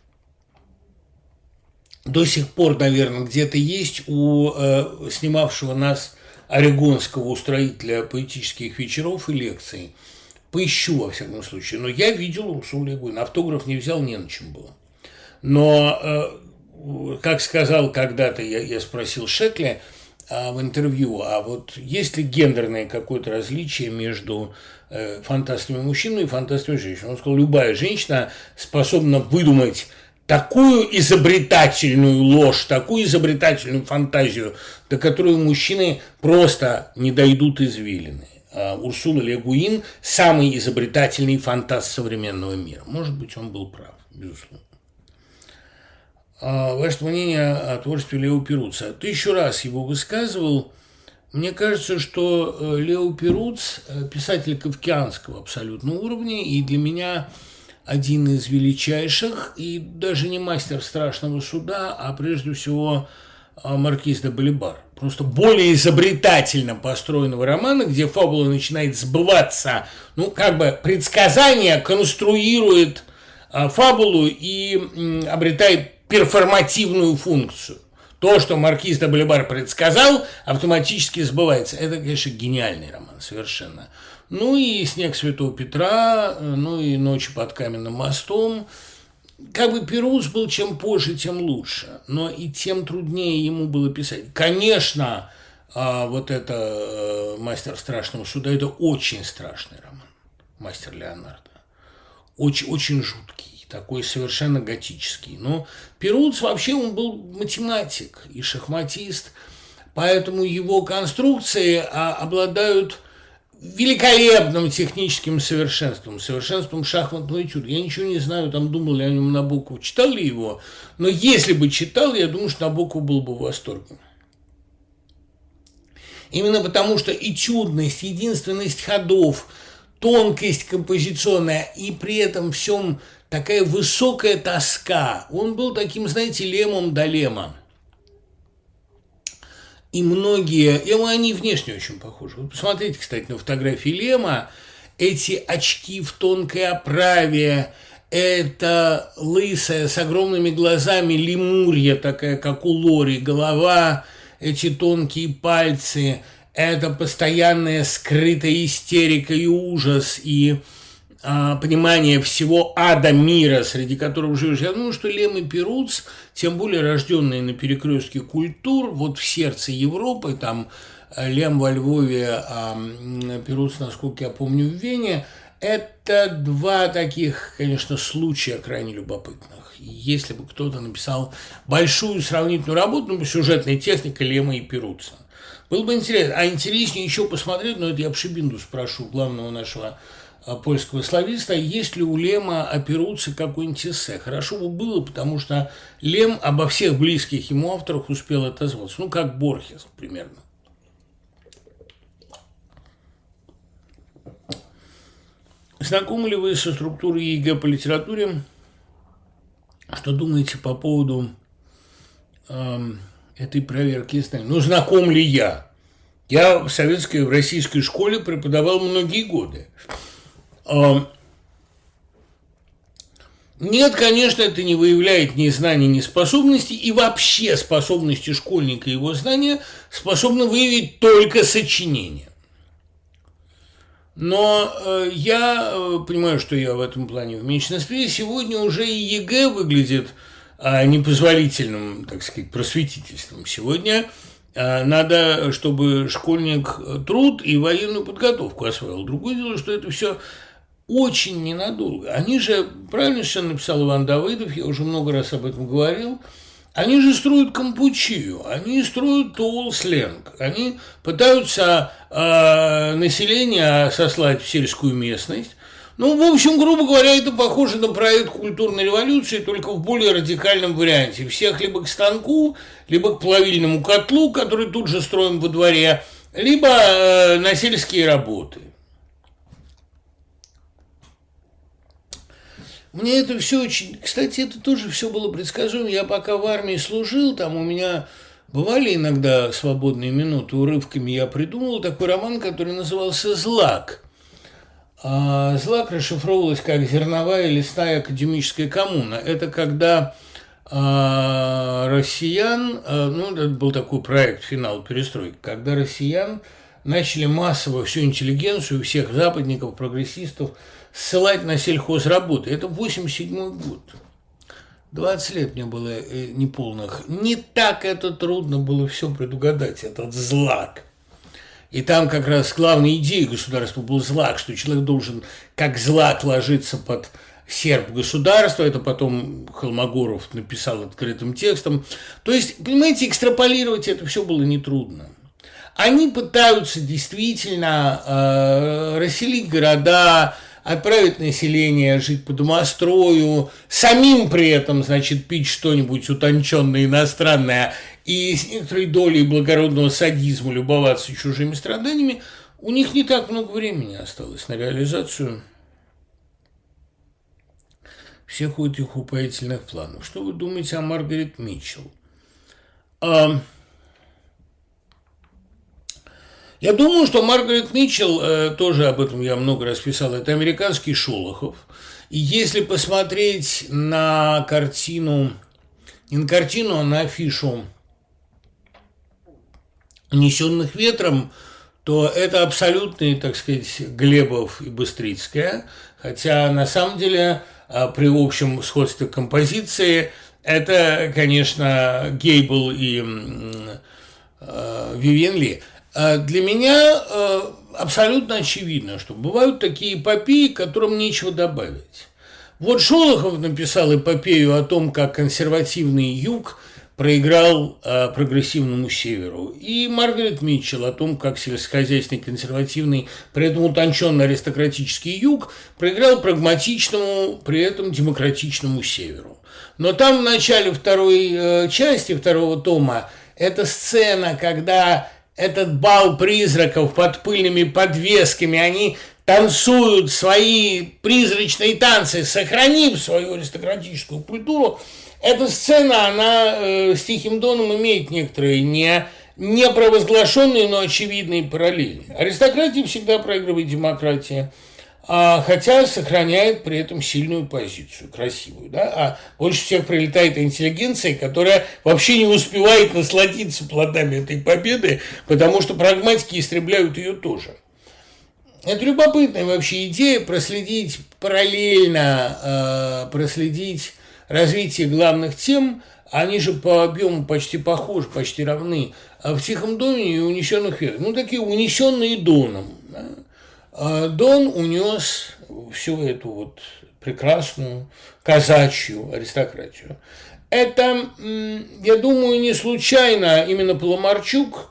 до сих пор, наверное, где-то есть у э, снимавшего нас орегонского устроителя поэтических вечеров и лекций. Поищу, во всяком случае. Но я видел Урсулу Ле Гуин. Автограф не взял, не на чем было. Но, э, как сказал когда-то, я, я спросил Шекля э, в интервью, а вот есть ли гендерное какое-то различие между э, фантастами мужчин и фантастами женщин? Он сказал, любая женщина способна выдумать такую изобретательную ложь, такую изобретательную фантазию, до которой мужчины просто не дойдут извилины. А Урсула Ле Гуин – самый изобретательный фантаст современного мира. Может быть, он был прав, безусловно. А ваше мнение о творчестве Лео Перуца? Тысячу раз его высказывал. Мне кажется, что Лео Перуц – писатель кафкианского абсолютно уровня, и для меня один из величайших, и даже не мастер страшного суда, а прежде всего маркиз де Балибар. Просто более изобретательно построенного романа, где фабула начинает сбываться, ну, как бы предсказание конструирует фабулу и обретает перформативную функцию. То, что маркиз де Балибар предсказал, автоматически сбывается. Это, конечно, гениальный роман, совершенно. Ну и «Снег Святого Петра», ну и «Ночи под каменным мостом». Как бы Перуц был чем позже, тем лучше, но и тем труднее ему было писать. Конечно, вот это «Мастер страшного суда» – это очень страшный роман, «Мастер Леонардо». Очень, очень жуткий, такой совершенно готический. Но Перуц вообще он был математик и шахматист, поэтому его конструкции обладают великолепным техническим совершенством, совершенством шахматного этюда. Я ничего не знаю, там думал ли о нем Набоков, читал ли его, но если бы читал, я думаю, что Набоков был бы в восторге. Именно потому, что этюдность, единственность ходов, тонкость композиционная и при этом всем такая высокая тоска. Он был таким, знаете, Лемом да Лема. И многие, и они внешне очень похожи. Вы посмотрите, кстати, на фотографии Лема. Эти очки в тонкой оправе, это лысая с огромными глазами лемурья, такая, как у Лори, голова, эти тонкие пальцы, это постоянная скрытая истерика и ужас, и а, понимание всего ада мира, среди которого живешь. Я думаю, что Лем и Перуц, тем более рожденные на перекрестке культур, вот в сердце Европы, там Лем во Львове, а Перуц, насколько я помню, в Вене, это два таких, конечно, случая крайне любопытных. Если бы кто-то написал большую сравнительную работу, ну, сюжетная техника Лема и Перуца, было бы интересно. А интереснее еще посмотреть, но это я Пшибинду спрошу, главного нашего польского слависта, есть ли у Лема о Перуце какой-нибудь эссе. Хорошо бы было, потому что Лем обо всех близких ему авторах успел отозваться. Ну, как Борхес примерно. Знакомы ли вы со структурой ЕГЭ по литературе? Что думаете по поводу э, этой проверки знаний? Ну, знаком ли я? Я в советской, в российской школе преподавал многие годы. Нет, конечно, это не выявляет ни знаний, ни способностей, и вообще способности школьника и его знания способны выявить только сочинение. Но э, я э, понимаю, что я в этом плане в меньшинстве. Сегодня уже и ЕГЭ выглядит э, непозволительным, так сказать, просветительством. Сегодня э, надо, чтобы школьник труд и военную подготовку освоил. Другое дело, что это все очень ненадолго. Они же, правильно совершенно написал Иван Давыдов, я уже много раз об этом говорил, они же строят Кампучию, они строят туол-сленг, они пытаются э, население сослать в сельскую местность. Ну, в общем, грубо говоря, это похоже на проект культурной революции, только в более радикальном варианте. Всех либо к станку, либо к плавильному котлу, который тут же строим во дворе, либо э, на сельские работы. Мне это все очень... Кстати, это тоже все было предсказуемо. Я пока в армии служил, там у меня бывали иногда свободные минуты, урывками я придумал такой роман, который назывался «Злак». А «Злак» расшифровывалось как «Зерновая лесная академическая коммуна». Это когда а, россиян... А, ну, это был такой проект «Финал перестройки», когда россиян начали массово всю интеллигенцию, всех западников, прогрессистов ссылать на сельхозработы. Это восемьдесят седьмой год. двадцать лет мне было неполных. Не так это трудно было все предугадать, этот злак. И там как раз главной идеей государства был злак, что человек должен как злак ложиться под серп государства. Это потом Холмогоров написал открытым текстом. То есть, понимаете, экстраполировать это все было нетрудно. Они пытаются действительно э, расселить города, отправить население жить по домострою, самим при этом, значит, пить что-нибудь утонченное, иностранное и с некоторой долей благородного садизма любоваться чужими страданиями, у них не так много времени осталось на реализацию всех этих упоительных планов. Что вы думаете о Маргарет Митчелл? А... Я думаю, что Маргарет Митчелл, э, тоже об этом я много раз писал, это американский Шолохов. И если посмотреть на картину, не на картину, а на афишу «Унесенных ветром», то это абсолютные, так сказать, Глебов и Быстрицкая. Хотя на самом деле при общем сходстве композиции это, конечно, Гейбл и э, Вивьен Ли. Для меня э, абсолютно очевидно, что бывают такие эпопеи, к которым нечего добавить. Вот Шолохов написал эпопею о том, как консервативный юг проиграл э, прогрессивному северу. И Маргарет Митчелл о том, как сельскохозяйственный, консервативный, при этом утонченный аристократический юг проиграл прагматичному, при этом демократичному северу. Но там в начале второй э, части, второго тома, эта сцена, когда этот бал призраков под пыльными подвесками, они танцуют свои призрачные танцы, сохранив свою аристократическую культуру. Эта сцена, она э, с Тихим Доном имеет некоторые не, не провозглашенные, но очевидные параллели. Аристократия всегда проигрывает демократии, а, хотя сохраняет при этом сильную позицию, красивую. Да? А больше всех прилетает интеллигенция, которая вообще не успевает насладиться плодами этой победы, потому что прагматики истребляют ее тоже. Это любопытная вообще идея проследить параллельно, э, проследить развитие главных тем. Они же по объему почти похожи, почти равны. А в «Тихом доне» и «Унесенных ветром». Ну, такие унесенные Доном. Да? Дон унес всю эту вот прекрасную казачью аристократию. Это, я думаю, не случайно именно Паламарчук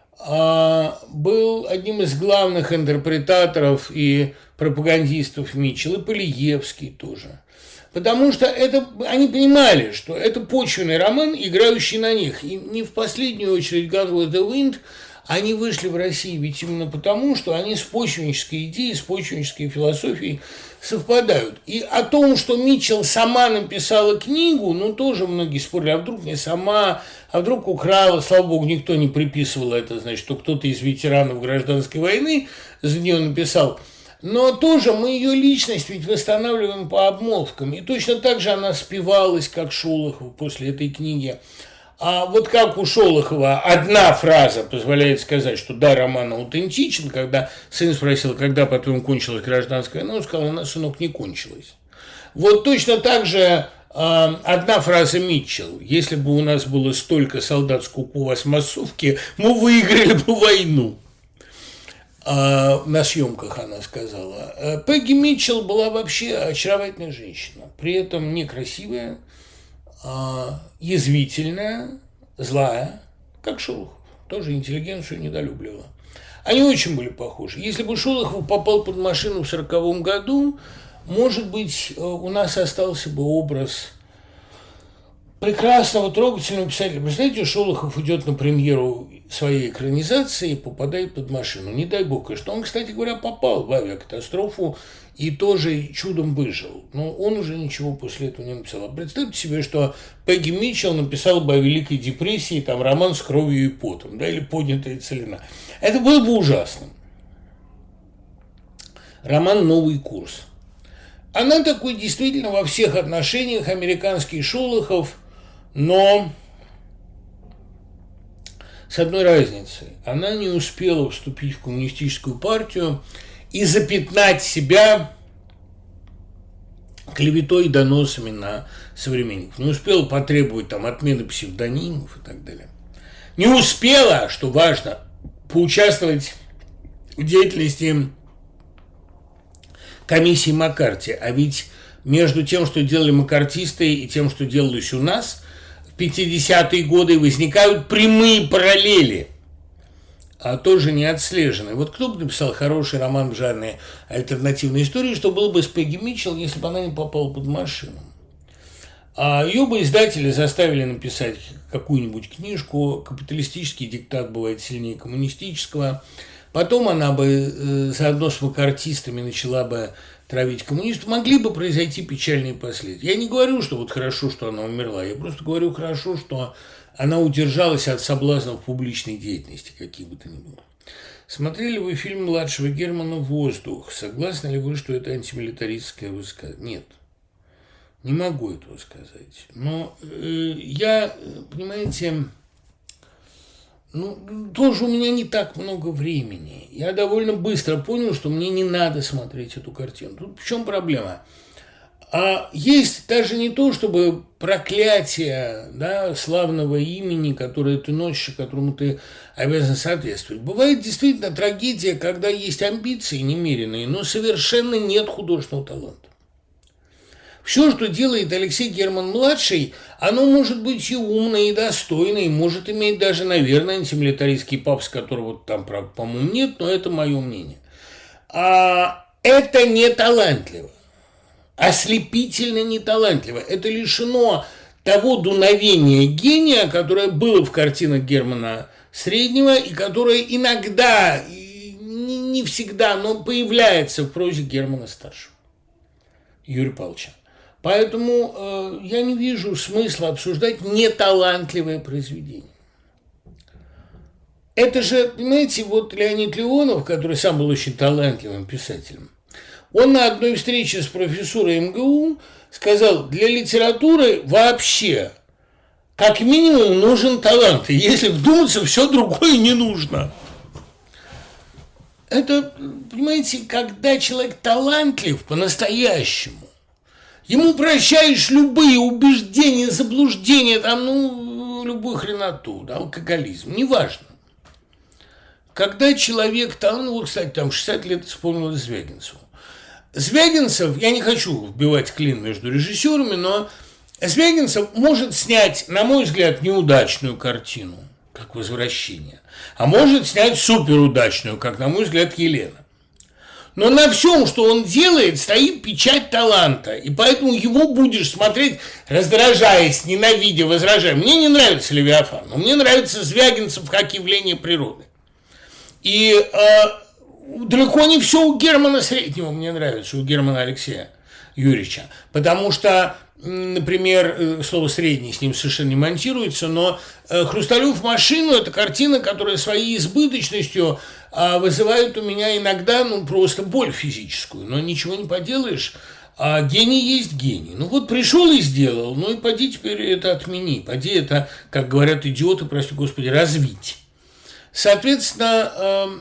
был одним из главных интерпретаторов и пропагандистов Митчелл, и Полиевский тоже. Потому что это, они понимали, что это почвенный роман, играющий на них. И не в последнюю очередь «Gone with the Wind» они вышли в Россию ведь именно потому, что они с почвеннической идеей, с почвеннической философией совпадают. И о том, что Митчелл сама написала книгу, ну, тоже многие спорили, а вдруг не сама, а вдруг украла, слава богу, никто не приписывал это, значит, что кто-то из ветеранов гражданской войны за нее написал. Но тоже мы ее личность ведь восстанавливаем по обмолвкам. И точно так же она спивалась, как Шолохов после этой книги. А вот как у Шолохова одна фраза позволяет сказать, что да, роман аутентичен, когда сын спросил, когда, по-твоему, кончилась гражданская война, он сказал, она, сынок, не кончилась. Вот точно так же э, одна фраза Митчелл. Если бы у нас было столько солдат, сколько у вас массовки, мы выиграли бы войну. А, на съемках она сказала. Пегги Митчелл была вообще очаровательная женщина. При этом некрасивая, а, язвительная, злая, как Шолохов. Тоже интеллигенцию недолюбливала. Они очень были похожи. Если бы Шолохов попал под машину в сороковом году, может быть, у нас остался бы образ прекрасного, трогательного писателя. Представляете, Шолохов идет на премьеру своей экранизации и попадает под машину. Не дай бог, что он, кстати говоря, попал в авиакатастрофу и тоже чудом выжил. Но он уже ничего после этого не написал. А представьте себе, что Пегги Митчелл написала бы о Великой депрессии, там, роман «С кровью и потом», да, или «Поднятая целина». Это было бы ужасным. Роман «Новый курс». Она такой действительно во всех отношениях американский Шолохов, но с одной разницей. Она не успела вступить в коммунистическую партию и запятнать себя клеветой и доносами на современников. Не успела потребовать там отмены псевдонимов и так далее. Не успела, что важно, поучаствовать в деятельности комиссии Маккарти. А ведь между тем, что делали маккартисты, и тем, что делалось у нас в пятидесятые годы, возникают прямые параллели, а тоже не отслеженные. Вот кто бы написал хороший роман в жанре альтернативной истории, что было бы с Пегги Митчелл, если бы она не попала под машину? А ее бы издатели заставили написать какую-нибудь книжку «Капиталистический диктат бывает сильнее коммунистического». Потом она бы э, заодно с маккартистами начала бы травить коммунистов. Могли бы произойти печальные последствия. Я не говорю, что вот хорошо, что она умерла. Я просто говорю хорошо, что она удержалась от соблазнов публичной деятельности, каких бы то ни было. Смотрели вы фильм младшего Германа «Воздух»? Согласны ли вы, что это антимилитаристское высказывание? Нет. Не могу этого сказать. Но э, я, понимаете... Ну, тоже у меня не так много времени. Я довольно быстро понял, что мне не надо смотреть эту картину. Тут в чем проблема? А есть даже не то, чтобы проклятие, да, славного имени, которое ты носишь, которому ты обязан соответствовать. Бывает действительно трагедия, когда есть амбиции немеренные, но совершенно нет художественного таланта. Все, что делает Алексей Герман-младший, оно может быть и умное, и достойное, и может иметь даже, наверное, антимилитаристский пафос, которого там, по-моему, нет, но это мое мнение. А это не талантливо, ослепительно не талантливо. Это лишено того дуновения гения, которое было в картинах Германа Среднего, и которое иногда, не всегда, но появляется в прозе Германа Старшего, Юрия Павловича. Поэтому э, я не вижу смысла обсуждать неталантливое произведение. Это же, понимаете, вот Леонид Леонов, который сам был очень талантливым писателем, он на одной встрече с профессурой эм гэ у сказал, для литературы вообще как минимум нужен талант, и если вдуматься, все другое не нужно. Это, понимаете, когда человек талантлив по-настоящему, ему прощаешь любые убеждения, заблуждения, там, ну, любую хреноту, да, алкоголизм, неважно. Когда человек, там, ну, вот, кстати, там шестьдесят лет вспомнилось Звягинцеву. Звягинцев, я не хочу вбивать клин между режиссерами, но Звягинцев может снять, на мой взгляд, неудачную картину, как «Возвращение», а может снять суперудачную, как, на мой взгляд, «Елена». Но на всем, что он делает, стоит печать таланта. И поэтому его будешь смотреть, раздражаясь, ненавидя, возражая. Мне не нравится Левиафан, но мне нравится Звягинцев как явление природы. И э, далеко не все у Германа Среднего мне нравится, у Германа Алексея Юрьевича. Потому что, например, слово «средний» с ним совершенно не монтируется, но «Хрусталев машину» – это картина, которая своей избыточностью вызывает у меня иногда, ну, просто боль физическую. Но ничего не поделаешь, а гений есть гений. Ну, вот пришел и сделал, ну, и поди теперь это отмени, поди это, как говорят идиоты, прости господи, развить. Соответственно,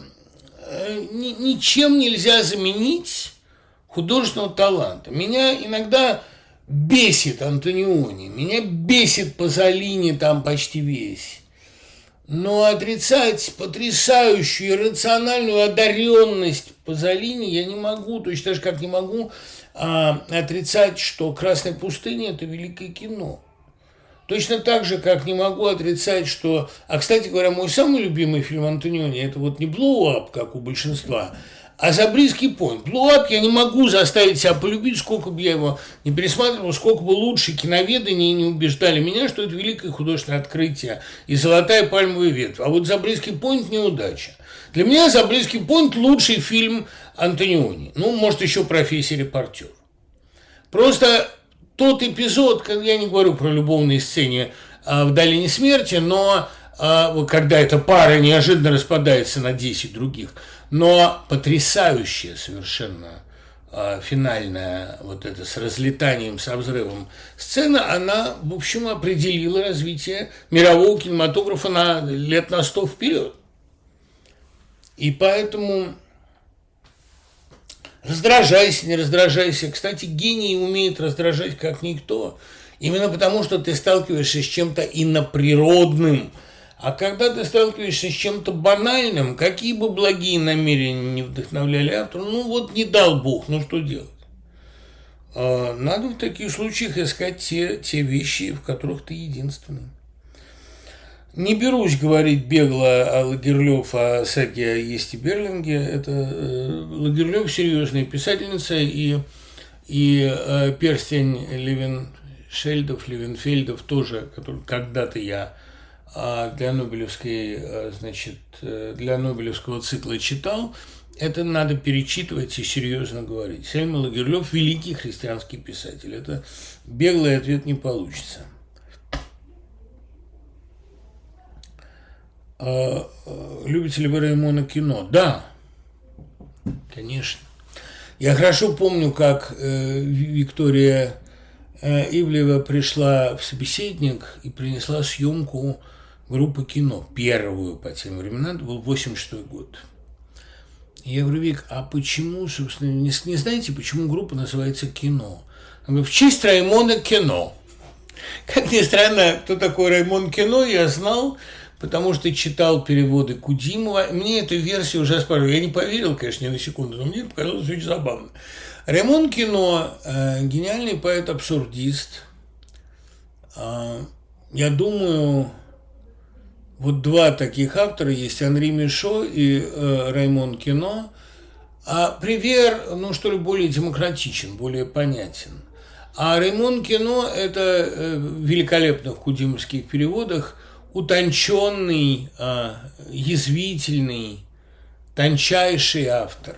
ничем нельзя заменить художественного таланта. Меня иногда бесит Антониони, меня бесит Пазолини там почти весь. Но отрицать потрясающую иррациональную одаренность Пазолини я не могу, точно так же, как не могу а, отрицать, что «Красная пустыня» – это великое кино. Точно так же, как не могу отрицать, что… А, кстати говоря, мой самый любимый фильм Антониони – это вот не «Блоу-ап», как у большинства, а «Забриский пойнт». «Блоу-ап» я не могу заставить себя полюбить, сколько бы я его не пересматривал, сколько бы лучше киноведы не, не убеждали меня, что это великое художественное открытие и золотая пальмовая ветвь. А вот «Забриский пойнт» – неудача. Для меня «Забриский пойнт» – лучший фильм Антониони. Ну, может, еще «Профессия репортер». Просто тот эпизод, когда я не говорю про любовные сцены а, в «Долине смерти», но а, когда эта пара неожиданно распадается на десять других, но потрясающая совершенно а, финальная вот эта с разлетанием, со взрывом сцена, она, в общем, определила развитие мирового кинематографа на лет на сто вперед. И поэтому раздражайся, не раздражайся. Кстати, гений умеет раздражать как никто. Именно потому, что ты сталкиваешься с чем-то иноприродным. А когда ты сталкиваешься с чем-то банальным, какие бы благие намерения не вдохновляли автора, ну вот не дал Бог, ну что делать? Надо в таких случаях искать те, те вещи, в которых ты единственный. Не берусь говорить бегло о Лагерлёв, о саге о Есте Берлинге. Это э, Лагерлёв серьезная писательница, и, и э, перстень Левеншельдов, Левенфельдов тоже, который когда-то я э, для Нобелевской, э, значит, э, для Нобелевского цикла читал. Это надо перечитывать и серьезно говорить. Сельма Лагерлёв – великий христианский писатель. Это беглый ответ не получится. Любите ли вы Раймона кино? Да, конечно. Я хорошо помню, как э, Виктория э, Ивлеева пришла в собеседник и принесла съемку группы кино, первую по тем временам, это был восемьдесят шестой год. И я говорю: Вик, а почему, собственно, не, не знаете, почему группа называется «Кино»? Она говорит: в честь Раймона Кино. Как ни странно, кто такой Раймон Кино, я знал, потому что читал переводы Кудимова. Мне эту версию уже спрашивали. Я не поверил, конечно, ни на секунду, но мне показалось очень забавно. Раймон Кино э, – гениальный поэт-абсурдист. Э, я думаю, вот два таких автора есть – Анри Мишо и э, Раймон Кино. А Привер, ну, что ли, более демократичен, более понятен. А Раймон Кино – это э, в великолепных кудимовских переводах утонченный, э, язвительный, тончайший автор.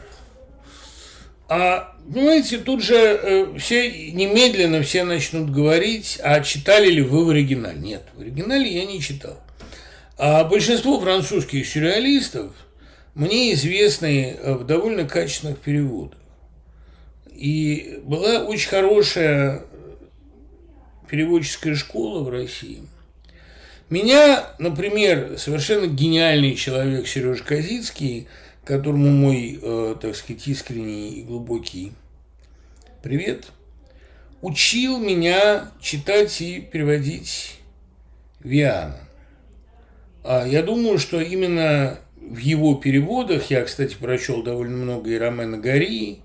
А, понимаете, тут же э, все немедленно все начнут говорить: а читали ли вы в оригинале? Нет, в оригинале я не читал. А большинство французских сюрреалистов мне известны в довольно качественных переводах. И была очень хорошая переводческая школа в России. Меня, например, совершенно гениальный человек Сережа Козицкий, которому мой, э, так сказать, искренний и глубокий привет, учил меня читать и переводить Виана. А я думаю, что именно в его переводах, я, кстати, прочел довольно много и Ромена Гарии,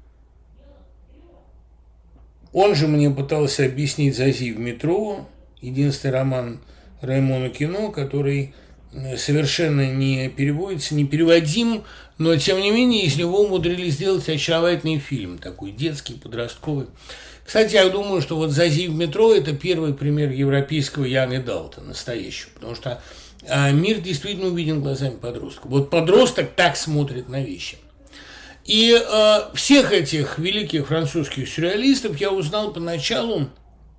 он же мне пытался объяснить «Зази в метро», единственный роман Раймона Кино, который совершенно не переводится, не переводим, но, тем не менее, из него умудрились сделать очаровательный фильм, такой детский, подростковый. Кстати, я думаю, что вот «Зази в метро» – это первый пример европейского Ян Эдалта, настоящего, потому что а, мир действительно увиден глазами подростка. Вот подросток так смотрит на вещи. И э, всех этих великих французских сюрреалистов я узнал поначалу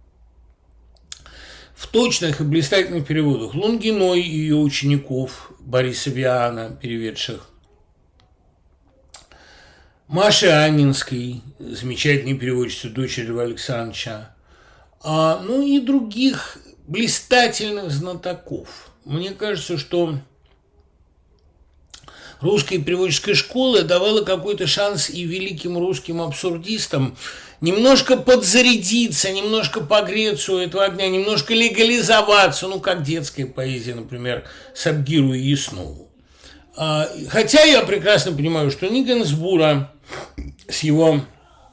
в точных и блистательных переводах. Лунгиной и ее учеников, Бориса Виана, переведших, Маши Аннинской, замечательной переводчицы, дочери Льва Александровича, а, ну и других блистательных знатоков. Мне кажется, что русской переводческой школы давала какой-то шанс и великим русским абсурдистам немножко подзарядиться, немножко погреться у этого огня, немножко легализоваться, ну, как детская поэзия, например, Сабгиру и Яснову. Хотя я прекрасно понимаю, что ни Гинзбура с его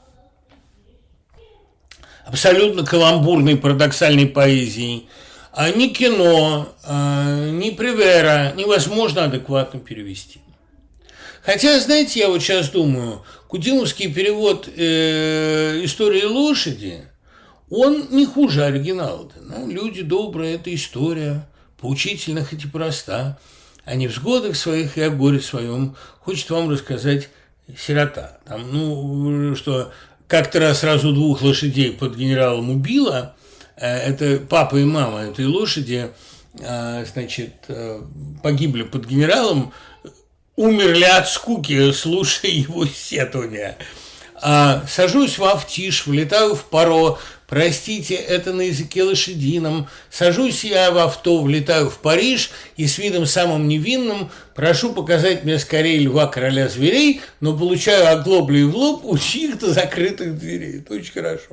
абсолютно каламбурной, парадоксальной поэзией, а ни кино, а, ни Привера невозможно адекватно перевести. Хотя, знаете, я вот сейчас думаю, кудимовский перевод э, «Истории лошади», он не хуже оригинала-то. Да? Люди добрые, это история, поучительна хоть и проста, о невзгодах своих и о горе своем хочет вам рассказать сирота. Там, ну, что как-то раз сразу двух лошадей под генералом убило. Это папа и мама этой лошади, значит, погибли под генералом, умерли от скуки, слушая его сетования. Сажусь в автиш, влетаю в паро, простите, это на языке лошадином. Сажусь я в авто, влетаю в Париж и с видом самым невинным прошу показать мне скорее льва короля зверей, но получаю оглоблей в лоб у чьих-то закрытых дверей. Это очень хорошо.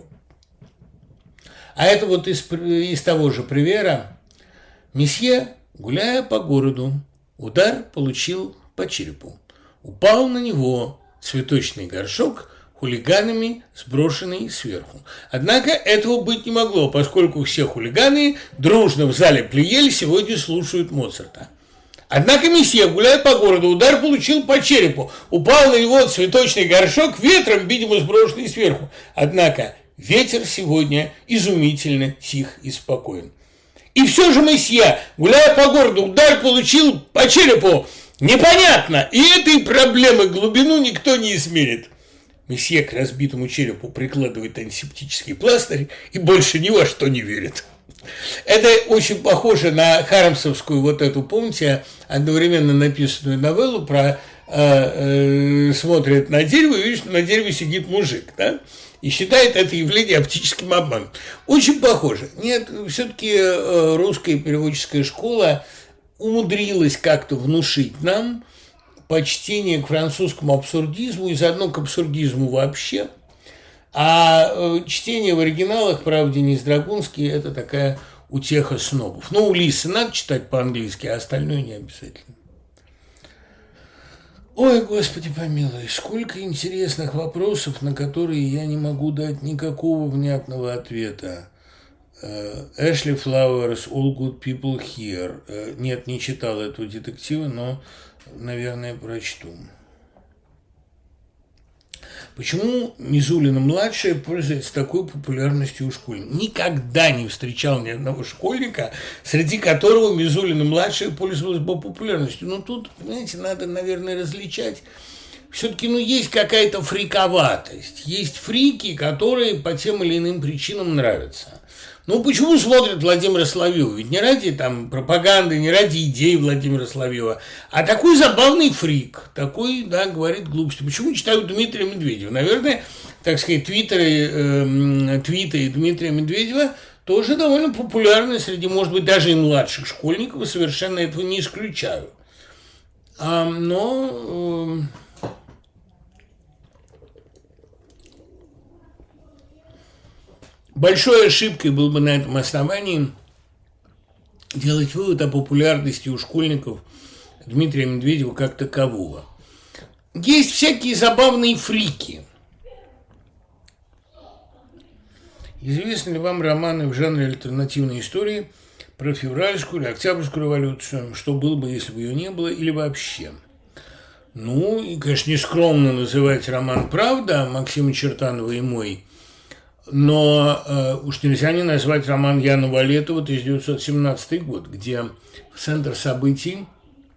А это вот из, из того же Привера. Месье, гуляя по городу, удар получил по черепу. Упал на него цветочный горшок, хулиганами сброшенный сверху. Однако этого быть не могло, поскольку все хулиганы дружно в зале Плиель сегодня слушают Моцарта. Однако месье, гуляя по городу, удар получил по черепу. Упал на него цветочный горшок, ветром, видимо, сброшенный сверху. Однако ветер сегодня изумительно тих и спокоен. И все же месье, гуляя по городу, удар получил по черепу. Непонятно, и этой проблемы глубину никто не измерит. Месье к разбитому черепу прикладывает антисептический пластырь и больше ни во что не верит. Это очень похоже на харамсовскую вот эту, помните, одновременно написанную новеллу про э, э, смотрит на дерево и видит, что на дереве сидит мужик, да? И считает это явление оптическим обманом. Очень похоже. Нет, все-таки э, русская переводческая школа умудрилась как-то внушить нам почтение к французскому абсурдизму и заодно к абсурдизму вообще. А э, чтение в оригиналах, правда, Денис Драгунский, это такая утеха снобов. Ну, Улисса надо читать по-английски, а остальное не обязательно. Ой, Господи помилуй, сколько интересных вопросов, на которые я не могу дать никакого внятного ответа. Эшли Флауэрс, All Good People Here. Нет, не читал этого детектива, но, наверное, прочту. Почему Мизулина-младшая пользуется такой популярностью у школьников? Никогда не встречал ни одного школьника, среди которого Мизулина-младшая пользовалась бы популярностью. Но тут, понимаете, надо, наверное, различать. Все-таки, ну, есть какая-то фриковатость. Есть фрики, которые по тем или иным причинам нравятся. Ну, почему смотрят Владимира Соловьева? Ведь не ради там пропаганды, не ради идей Владимира Соловьева, а такой забавный фрик, такой, да, говорит глупости. Почему читают Дмитрия Медведева? Наверное, так сказать, твиттеры, э, твиты Дмитрия Медведева тоже довольно популярны среди, может быть, даже и младших школьников, и совершенно этого не исключаю. А, но... Э, Большой ошибкой было бы на этом основании делать вывод о популярности у школьников Дмитрия Медведева как такового. Есть всякие забавные фрики. Известны ли вам романы в жанре альтернативной истории про февральскую или октябрьскую революцию, что было бы, если бы ее не было, или вообще? Ну, и, конечно, нескромно называть роман «Правда» Максима Чертанова и мой, но э, уж нельзя не назвать роман Яна Валетова тысяча девятьсот семнадцатый год, где в центр событий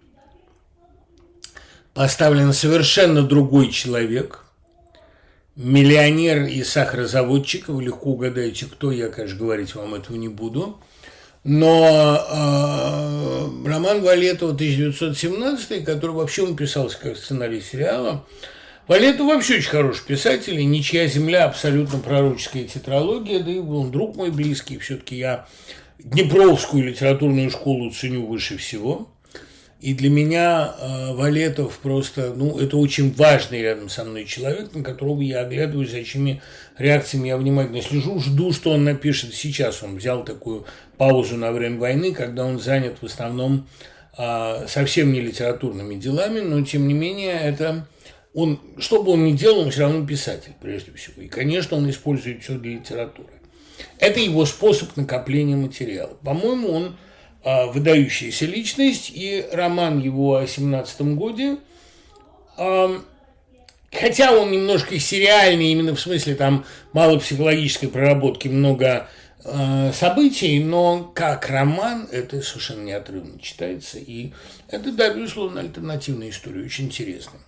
поставлен совершенно другой человек, миллионер и сахарозаводчик. Вы легко угадаете, кто я, конечно, говорить вам этого не буду. Но э, роман Валетова тысяча девятьсот семнадцатый, который вообще он писался как сценарий сериала, Валетов вообще очень хороший писатель, и «Ничья земля» абсолютно пророческая тетралогия, да и он друг мой близкий, все-таки я Днепровскую литературную школу ценю выше всего. И для меня э, Валетов просто, ну, это очень важный рядом со мной человек, на которого я оглядываюсь, за чьими реакциями я внимательно слежу, жду, что он напишет сейчас. Он взял такую паузу на время войны, когда он занят в основном э, совсем не литературными делами, но, тем не менее, это он, что бы он ни делал, он все равно писатель, прежде всего. И, конечно, он использует все для литературы. Это его способ накопления материала. По-моему, он выдающаяся личность, и роман его о семнадцатом годе, э, хотя он немножко сериальный, именно в смысле там мало психологической проработки, много э, событий, но как роман это совершенно неотрывно читается, и это, да, безусловно, альтернативная история, очень интересная.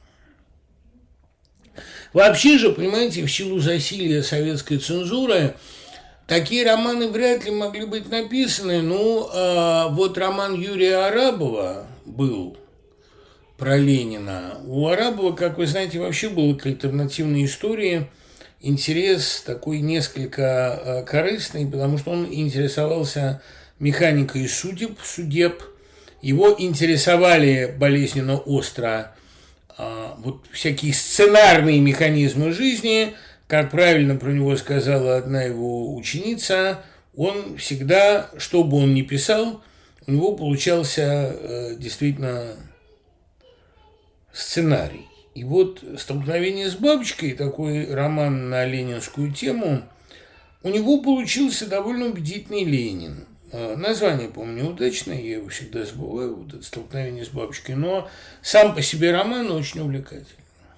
Вообще же, понимаете, в силу засилия советской цензуры такие романы вряд ли могли быть написаны. Ну, э, вот роман Юрия Арабова был про Ленина. У Арабова, как вы знаете, вообще был к альтернативной истории интерес такой несколько э, корыстный, потому что он интересовался механикой судеб, судеб. Его интересовали болезненно остро э, вот всякие сценарные механизмы жизни. Как правильно про него сказала одна его ученица, он всегда, что бы он ни писал, у него получался э, действительно сценарий. И вот «Столкновение с бабочкой», такой роман на ленинскую тему, у него получился довольно убедительный Ленин. Э, название, по-моему, неудачное, я его всегда забываю, вот это «Столкновение с бабочкой», но сам по себе роман очень увлекательный.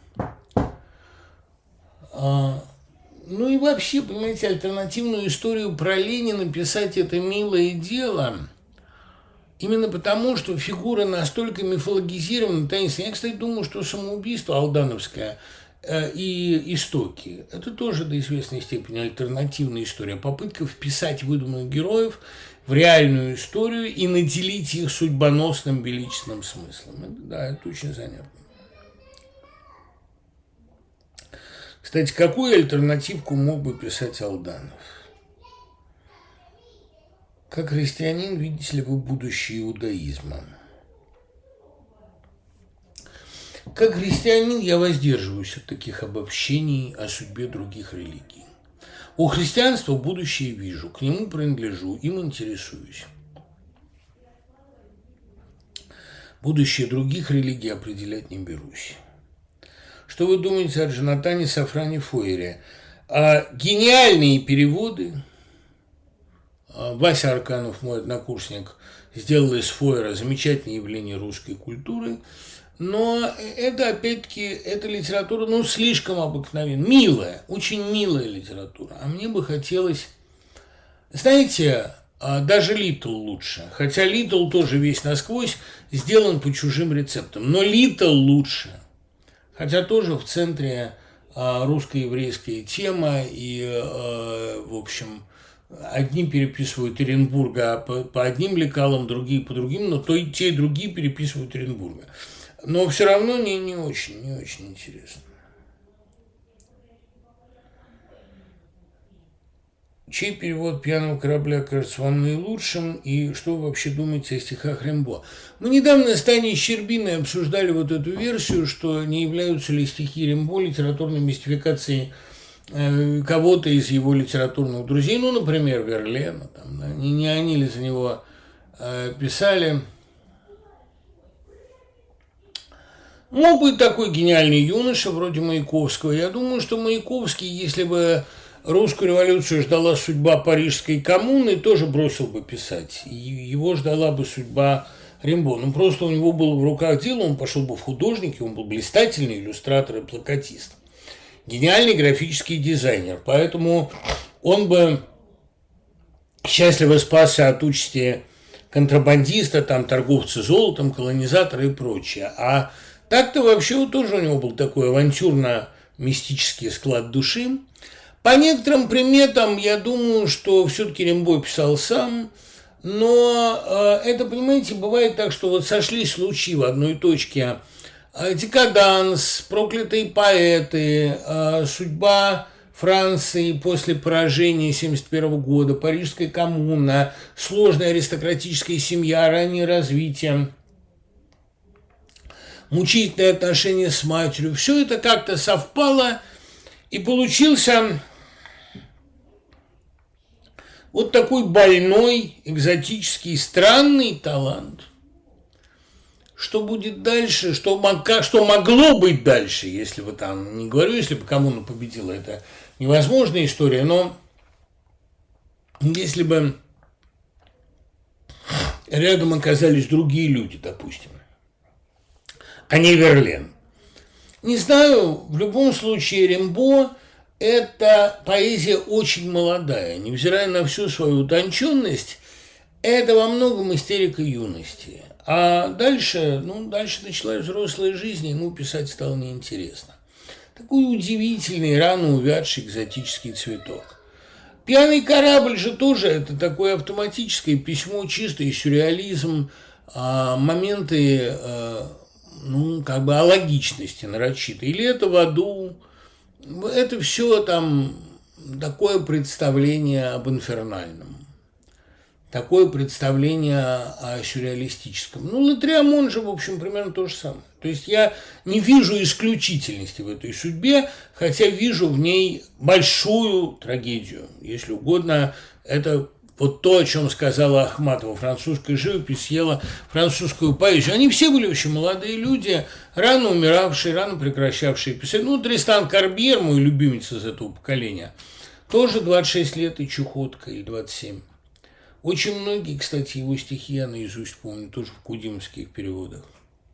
Ну и вообще, понимаете, альтернативную историю про Ленина писать это милое дело, именно потому, что фигура настолько мифологизирована, таинственная. Я, кстати, думаю, что самоубийство алдановское э, и истоки – это тоже до известной степени альтернативная история. Попытка вписать выдуманных героев в реальную историю и наделить их судьбоносным величественным смыслом. Это, да, это очень занятно. Кстати, какую альтернативку мог бы писать Алданов? Как христианин, видите ли вы будущее иудаизма? Как христианин я воздерживаюсь от таких обобщений о судьбе других религий. У христианства будущее вижу, к нему принадлежу, им интересуюсь. Будущее других религий определять не берусь. Что вы думаете о Джонатане Сафране Фойере? А гениальные переводы. Вася Арканов, мой однокурсник, сделал из Фойера замечательное явление русской культуры. Но это, опять-таки, эта литература, ну, слишком обыкновенная. Милая, очень милая литература. А мне бы хотелось... Знаете, даже Литл лучше. Хотя Литл тоже весь насквозь сделан по чужим рецептам. Но Литл лучше. Хотя тоже в центре а, русско-еврейская тема, и, а, в общем, одни переписывают Оренбурга по, по одним лекалам, другие по другим, но то и те, и другие переписывают Оренбурга. Но все равно не, не очень, не очень интересно. Чей перевод «Пьяного корабля» кажется вам наилучшим, и что вы вообще думаете о стихах Рембо? Мы недавно с Таней Щербиной обсуждали вот эту версию, что не являются ли стихи Рембо литературной мистификацией э, кого-то из его литературных друзей, ну, например, Верлена, там, да, не, не они ли за него э, писали. Мог быть такой гениальный юноша, вроде Маяковского. Я думаю, что Маяковский, если бы русскую революцию ждала судьба Парижской коммуны, тоже бросил бы писать. И его ждала бы судьба Рембо. Ну, просто у него было в руках дело, он пошел бы в художники, он был блистательный иллюстратор и плакатист. Гениальный графический дизайнер. Поэтому он бы счастливо спасся от участи контрабандиста, там, торговца золотом, колонизатора и прочее. А так-то вообще тоже у него был такой авантюрно-мистический склад души. По некоторым приметам, я думаю, что все-таки Рембо писал сам, но э, это, понимаете, бывает так, что вот сошлись случаи в одной точке. Э, декаданс, проклятые поэты, э, судьба Франции после поражения семьдесят первого года, Парижская коммуна, сложная аристократическая семья, раннее развитие. мучительные отношения с матерью. Все это как-то совпало, и получился вот такой больной, экзотический, странный талант. Что будет дальше, что, что могло быть дальше, если бы там, не говорю, если бы коммуна победила, это невозможная история, но если бы рядом оказались другие люди, допустим, а не Верлен. Не знаю, в любом случае Рембо – это поэзия очень молодая, невзирая на всю свою утонченность, это во многом истерика юности. А дальше, ну, дальше началась взрослая жизнь, ему писать стало неинтересно. Такой удивительный, рано увядший экзотический цветок. «Пьяный корабль» же тоже это такое автоматическое письмо, чистый сюрреализм, а, моменты, а, ну, как бы алогичности нарочито. Или это в аду, это все там такое представление об инфернальном. Такое представление о сюрреалистическом. Ну, Латриамон же, в общем, примерно то же самое. То есть я не вижу исключительности в этой судьбе, хотя вижу в ней большую трагедию. Если угодно, это вот то, о чем сказала Ахматова. Французская живопись съела французскую поэзию. Они все были очень молодые люди, рано умиравшие, рано прекращавшие писать. Ну, Тристан Корбьер, мой любимец из этого поколения, тоже двадцать шесть лет и чухотка, или двадцать семь. Очень многие, кстати, его стихи я наизусть помню, тоже в кудимовских переводах.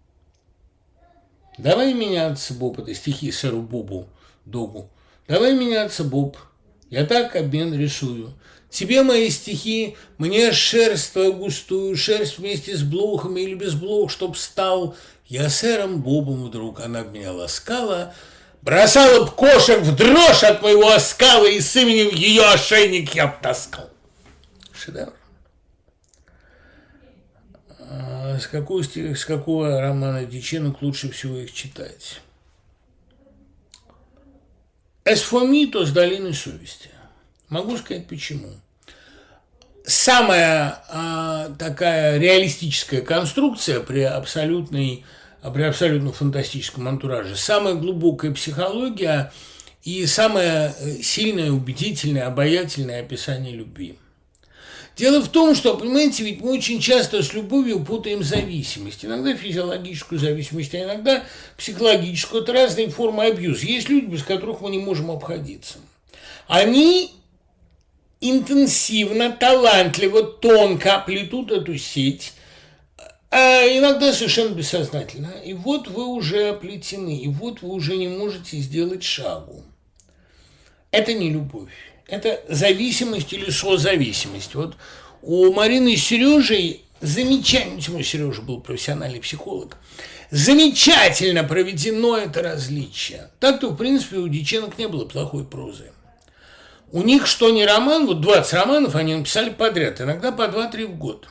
«Давай меняться, Боб», это стихи сэру Бобу Догу. «Давай меняться, Боб, я так обмен рисую. Тебе мои стихи, мне шерсть твою густую, шерсть вместе с блохами или без блох, чтоб стал я сэром Бобом вдруг». Она меня ласкала, бросала б кошек в дрожь от моего оскала, и с именем ее ошейник я б таскал. Шедевр. С какого, с какого романа Диченок лучше всего их читать? «Эсфомито» с «Долиной совести». Могу сказать, почему. Самая а, такая реалистическая конструкция при абсолютной, при абсолютно фантастическом антураже, самая глубокая психология и самое сильное, убедительное, обаятельное описание любви. Дело в том, что, понимаете, ведь мы очень часто с любовью путаем зависимость. Иногда физиологическую зависимость, а иногда психологическую. Это разные формы абьюза. Есть люди, без которых мы не можем обходиться. Они интенсивно, талантливо, тонко плетут эту сеть, а иногда совершенно бессознательно. И вот вы уже оплетены, и вот вы уже не можете сделать шагу. Это не любовь. Это зависимость или созависимость. Вот у Марины с Сережей замечательно, Сережа был профессиональный психолог, замечательно проведено это различие. Так-то, в принципе, у Диченок не было плохой прозы. У них что ни роман, вот двадцать романов они написали подряд, иногда по два-три в год.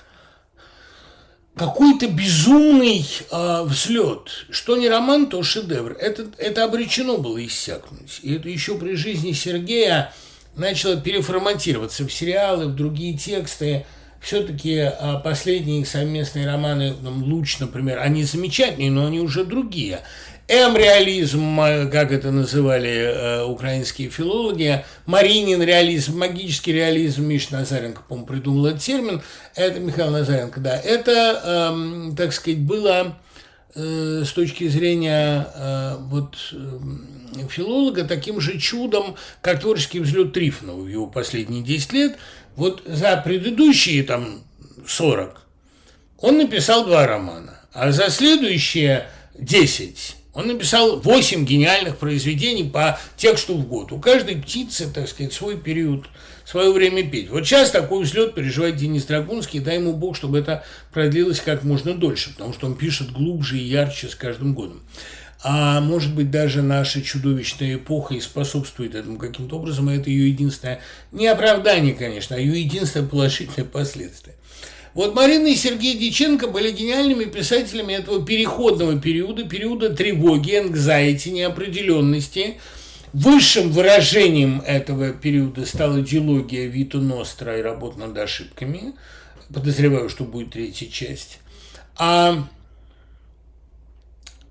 Какой-то безумный э, взлет. Что ни роман, то шедевр. Это, это обречено было иссякнуть. И это еще при жизни Сергея начало переформатироваться в сериалы, в другие тексты. Все-таки э, последние их совместные романы, там, «Луч», например, они замечательные, но они уже другие. М-реализм, как это называли э, украинские филологи, Маринин реализм, магический реализм, Миша Назаренко, по-моему, придумал этот термин, это Михаил Назаренко, да, это, э, так сказать, было э, с точки зрения э, вот, э, филолога таким же чудом, как творческий взлет Трифонова в его последние десять лет. Вот за предыдущие там сорок он написал два романа, а за следующие десять он написал восемь гениальных произведений по тексту в год. У каждой птицы, так сказать, свой период, свое время петь. Вот сейчас такой взлет переживает Денис Драгунский, дай ему Бог, чтобы это продлилось как можно дольше, потому что он пишет глубже и ярче с каждым годом. А может быть, даже наша чудовищная эпоха и способствует этому каким-то образом, и это ее единственное, не оправдание, конечно, а ее единственное положительное последствие. Вот Марина и Сергей Диченко были гениальными писателями этого переходного периода, периода тревоги, anxiety, неопределенности. Высшим выражением этого периода стала дилогия Вито Ностра и работа над ошибками. Подозреваю, что будет третья часть. А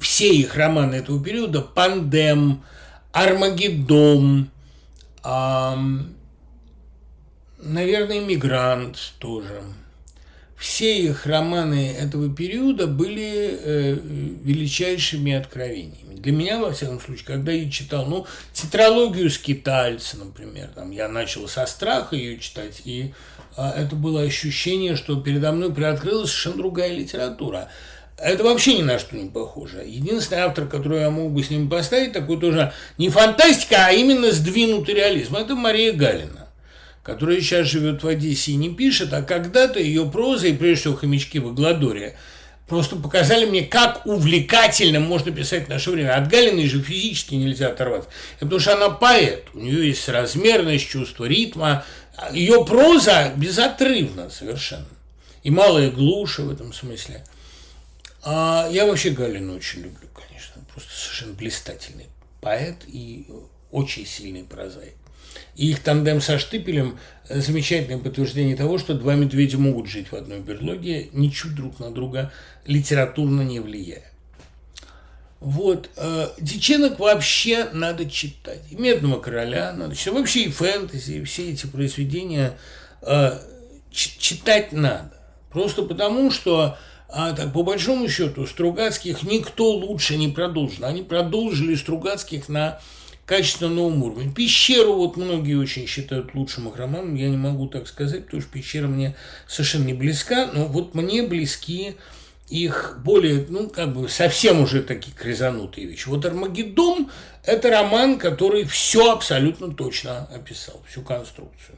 все их романы этого периода, «Пандем», «Армагеддон», эм, наверное, «Мигрант» тоже. Все их романы этого периода были э, величайшими откровениями. Для меня, во всяком случае, когда я читал, ну, тетралогию скитальца, например, там, я начал со страха ее читать, и э, это было ощущение, что передо мной приоткрылась совершенно другая литература. Это вообще ни на что не похоже. Единственный автор, который я мог бы с ним поставить, такой тоже не фантастика, а именно сдвинутый реализм, это Мария Галина, которая сейчас живет в Одессе и не пишет, а когда-то ее проза, и прежде всего «Хомячки в Агладоре», просто показали мне, как увлекательно можно писать в наше время. От Галиной же физически нельзя оторваться. Потому что она поэт, у нее есть размерность, чувство ритма. Ее проза безотрывна совершенно. И малая глуша в этом смысле. А я вообще Галину очень люблю, конечно. Просто совершенно блистательный поэт и очень сильный прозаик. И их тандем со Штыпелем – замечательное подтверждение того, что два медведя могут жить в одной берлоге, ничуть друг на друга литературно не влияя. Вот. Диченок вообще надо читать. И «Медного короля» надо читать. Вообще и фэнтези, и все эти произведения читать надо. Просто потому, что а так, по большому счету, Стругацких никто лучше не продолжил. Они продолжили Стругацких на качественно новом уровне. «Пещеру» вот многие очень считают лучшим их романом. Я не могу так сказать, потому что «Пещера» мне совершенно не близка. Но вот мне близки их более, ну, как бы совсем уже такие крезанутые вещи. Вот «Армагеддон» – это роман, который все абсолютно точно описал, всю конструкцию.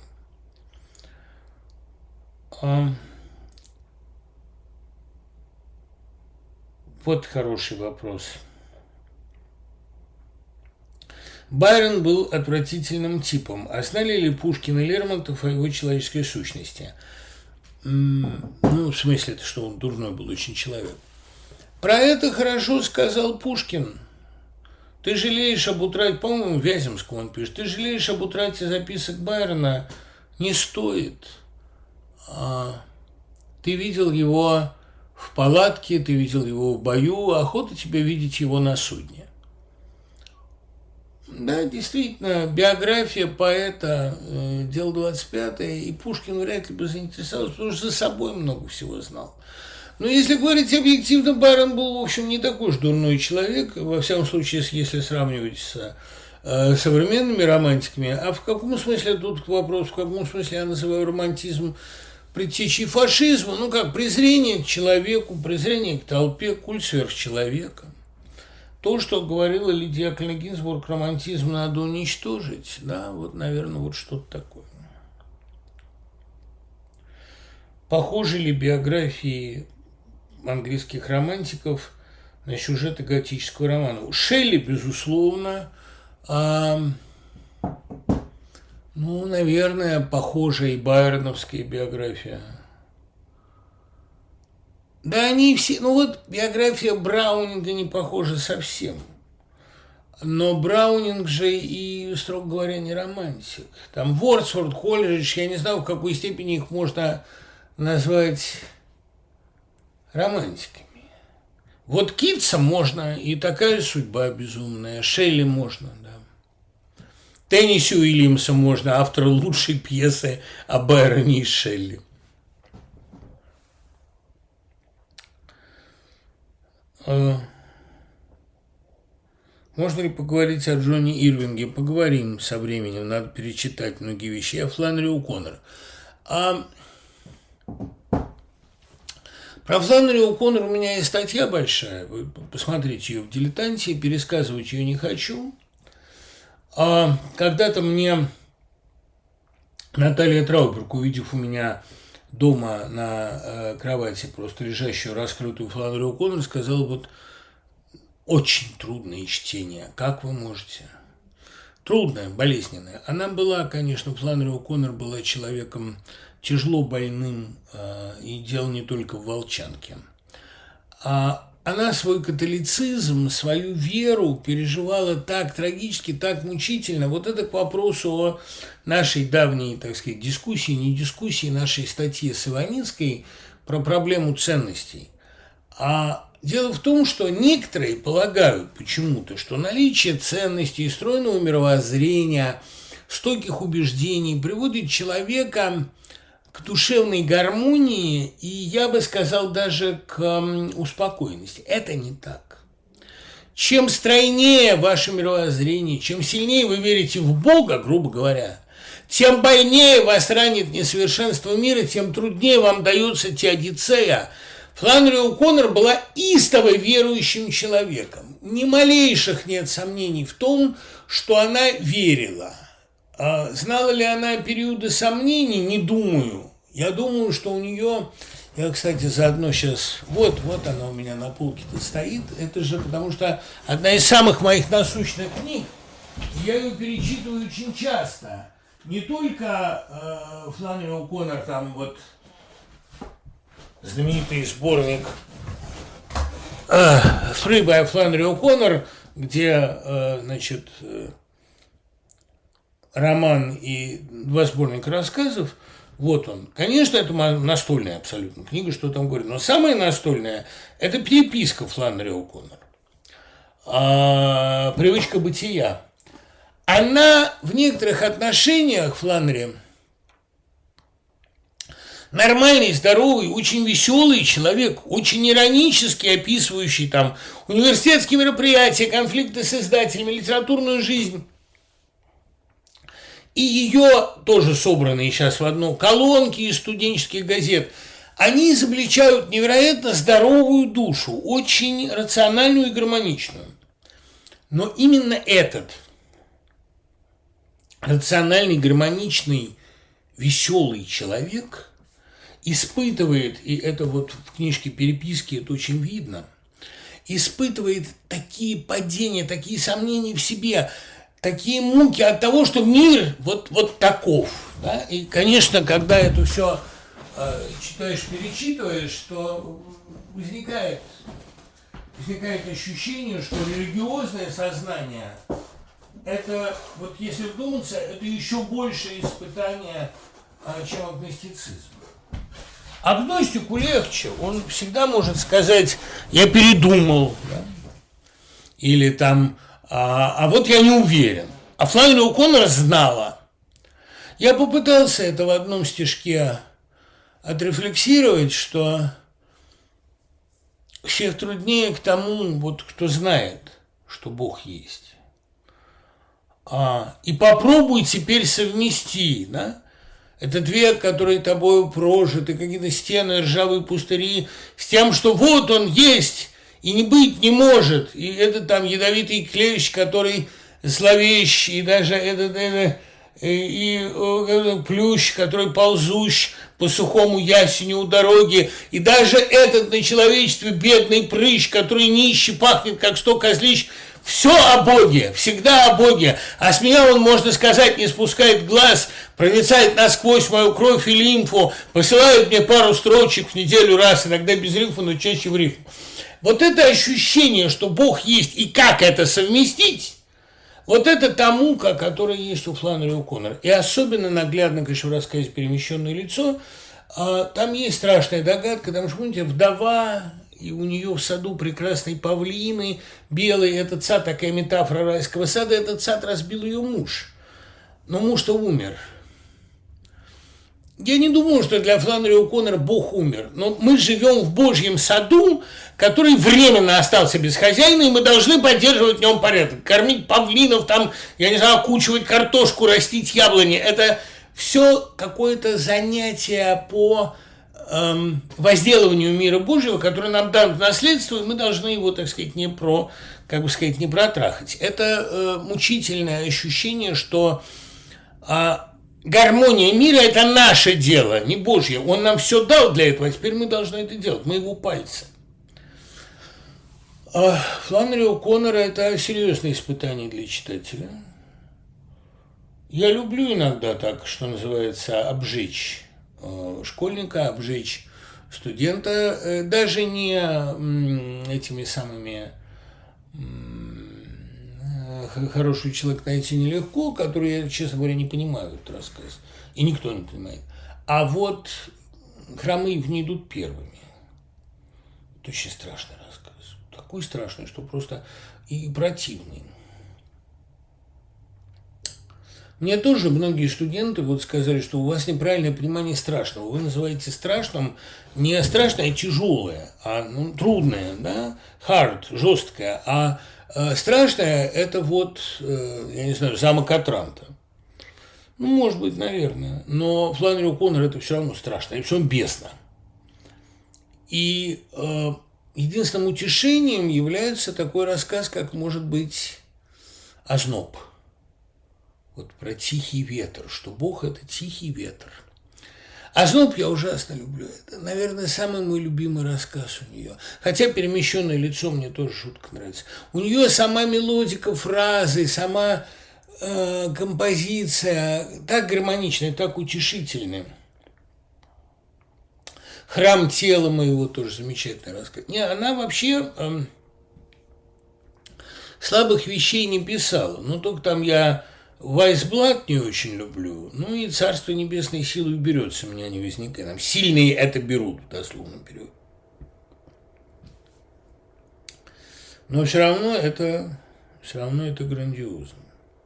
Вот хороший вопрос. Байрон был отвратительным типом. А знали ли Пушкин и Лермонтов о его человеческой сущности? Ну, в смысле, это что он дурной был очень человек. Про это хорошо сказал Пушкин. Ты жалеешь об утрате, по-моему, Вяземского он пишет, ты жалеешь об утрате записок Байрона, не стоит. Ты видел его в палатке, ты видел его в бою, охота тебе видеть его на судне. Да, действительно, биография поэта, э, дело двадцать пятое, и Пушкин вряд ли бы заинтересовался, потому что за собой много всего знал. Но если говорить объективно, Байрон был, в общем, не такой уж дурной человек, во всяком случае, если сравнивать с э, современными романтиками. А в каком смысле, тут вопрос, в каком смысле я называю романтизм предтечей фашизма, ну как, презрение к человеку, презрение к толпе, культ сверхчеловека. То, что говорила Лидия Яковлевна Гинзбург, романтизм надо уничтожить, да, вот, наверное, вот что-то такое. Похожи ли биографии английских романтиков на сюжеты готического романа? У Шелли, безусловно, а, ну, наверное, похожа и байроновская биография. Да они все, ну вот биография Браунинга не похожа совсем. Но Браунинг же и, строго говоря, не романтик. Там Вордсворт, Холлеридж, я не знаю, в какой степени их можно назвать романтиками. Вот Китса можно, и такая судьба безумная, Шелли можно, да. Тенниси Уильямса можно, автора лучшей пьесы о Байроне и Шелли. Можно ли поговорить о Джонни Ирвинге? Поговорим со временем, надо перечитать многие вещи. О Фланнери О'Коннор. А про Фланнери О'Коннор у меня есть статья большая. Вы посмотрите ее в «Дилетанте», пересказывать ее не хочу. А когда-то мне Наталья Трауберг, увидев у меня дома на э, кровати просто лежащую раскрытую Фланнери О'Коннор, сказала, вот очень трудное чтение, как вы можете? Трудное, болезненное. Она была, конечно, Фланнери О'Коннор была человеком тяжело больным, э, и дело не только в «Волчанке». А она свой католицизм, свою веру переживала так трагически, так мучительно. Вот это к вопросу о нашей давней, так сказать, дискуссии, не дискуссии, нашей статье с Иваницкой про проблему ценностей. А дело в том, что некоторые полагают почему-то, что наличие ценностей, стройного мировоззрения, стойких убеждений приводит человека к душевной гармонии и, я бы сказал, даже к успокоенности. Это не так. Чем стройнее ваше мировоззрение, чем сильнее вы верите в Бога, грубо говоря, тем больнее вас ранит несовершенство мира, тем труднее вам дается теодицея. Фланнери О'Коннор была истово верующим человеком. Ни малейших нет сомнений в том, что она верила. А знала ли она периоды сомнений? Не думаю. Я думаю, что у нее... Я, кстати, заодно сейчас... Вот, вот она у меня на полке-то стоит. Это же потому что одна из самых моих насущных книг. Я ее перечитываю очень часто. Не только э, Фланнери О'Коннор, там вот знаменитый сборник э, Free by Фланнери О'Коннор, где, э, значит, э, роман и два сборника рассказов. Вот он. Конечно, это настольная абсолютно книга, что там говорит. Но самая настольная – это переписка Фланнери О'Коннор. А, «Привычка бытия». Она в некоторых отношениях, Фланнери, нормальный, здоровый, очень веселый человек, очень иронически описывающий там университетские мероприятия, конфликты с издателями, литературную жизнь. И ее, тоже собранные сейчас в одну, колонки из студенческих газет, они изобличают невероятно здоровую душу, очень рациональную и гармоничную. Но именно этот рациональный, гармоничный, веселый человек испытывает, и это вот в книжке «Переписки» это очень видно, испытывает такие падения, такие сомнения в себе, такие муки от того, что мир вот, вот таков. Да? И, конечно, когда это все э, читаешь, перечитываешь, то возникает, возникает ощущение, что религиозное сознание – это, вот если вдуматься, это еще большее испытание, чем агностицизм. Агностику легче, он всегда может сказать: я передумал, да? Или там, а, а вот я не уверен. А Фланнери О'Коннор знала. Я попытался это в одном стишке отрефлексировать, что всех труднее к тому, вот, кто знает, что Бог есть. А, и попробуй теперь совмести, да? Этот век, который тобою прожит, и какие-то стены, ржавые пустыри, с тем, что вот он есть, и не быть не может, и этот там ядовитый клещ, который зловещ, и даже этот, это, и, и плющ, который ползущ по сухому ясеню у дороги, и даже этот на человечестве бедный прыщ, который нищий, пахнет, как сто козлищ. Все о Боге, всегда о Боге. А с меня он, можно сказать, не спускает глаз, проницает насквозь мою кровь и лимфу, посылает мне пару строчек в неделю раз, иногда без рифма, но чаще в рифму. Вот это ощущение, что Бог есть, и как это совместить, вот это та мука, которая есть у Фланнери О'Коннор. И особенно наглядно, конечно, в рассказе «Перемещенное лицо», там есть страшная догадка, потому что, помните, вдова... И у нее в саду прекрасные павлины, белые. Этот сад, такая метафора райского сада, этот сад разбил ее муж. Но муж-то умер. Я не думаю, что для Фланнери О'Коннор Бог умер. Но мы живем в Божьем саду, который временно остался без хозяина, и мы должны поддерживать в нем порядок. Кормить павлинов, там, я не знаю, окучивать картошку, растить яблони. Это все какое-то занятие по... возделыванию мира Божьего, который нам дан в наследство, и мы должны его, так сказать, не про, как бы сказать, не протрахать. Это э, мучительное ощущение, что э, гармония мира – это наше дело, не Божье. Он нам все дал для этого, а теперь мы должны это делать, мы его пальцы. А Фланнери О'Коннор – это серьезное испытание для читателя. Я люблю иногда так, что называется, обжечь школьника, обжечь студента, даже не этими самыми «Хороший человек найти нелегко», которые я, честно говоря, не понимаю этот рассказ, и никто не понимает, а вот «Хромые в ней идут первыми». Это очень страшный рассказ. Такой страшный, что просто и противный. Мне тоже многие студенты вот сказали, что у вас неправильное понимание страшного. Вы называете страшным не страшное, а тяжелое, а ну, трудное, да, hard, жесткое, а э, страшное – это вот, э, я не знаю, замок Атранта. Ну, может быть, наверное, но Фланнери О'Коннор это все равно страшно, и причем бездна. И э, единственным утешением является такой рассказ, как, может быть, «Озноб». Вот про тихий ветер, что Бог – это тихий ветер. «Озноб» я ужасно люблю. Это, наверное, самый мой любимый рассказ у нее. Хотя «Перемещенное лицо» мне тоже жутко нравится. У нее сама мелодика, фразы, сама э, композиция так гармоничная, так утешительная. «Храм тела моего» тоже замечательный рассказ. Не, она вообще э, слабых вещей не писала. Но только там я... «Вайсблат» не очень люблю, ну и «Царство небесной силы берется», у меня не возникает. Там «сильные это берут», в дословном переводе. Но все равно это, все равно это грандиозно.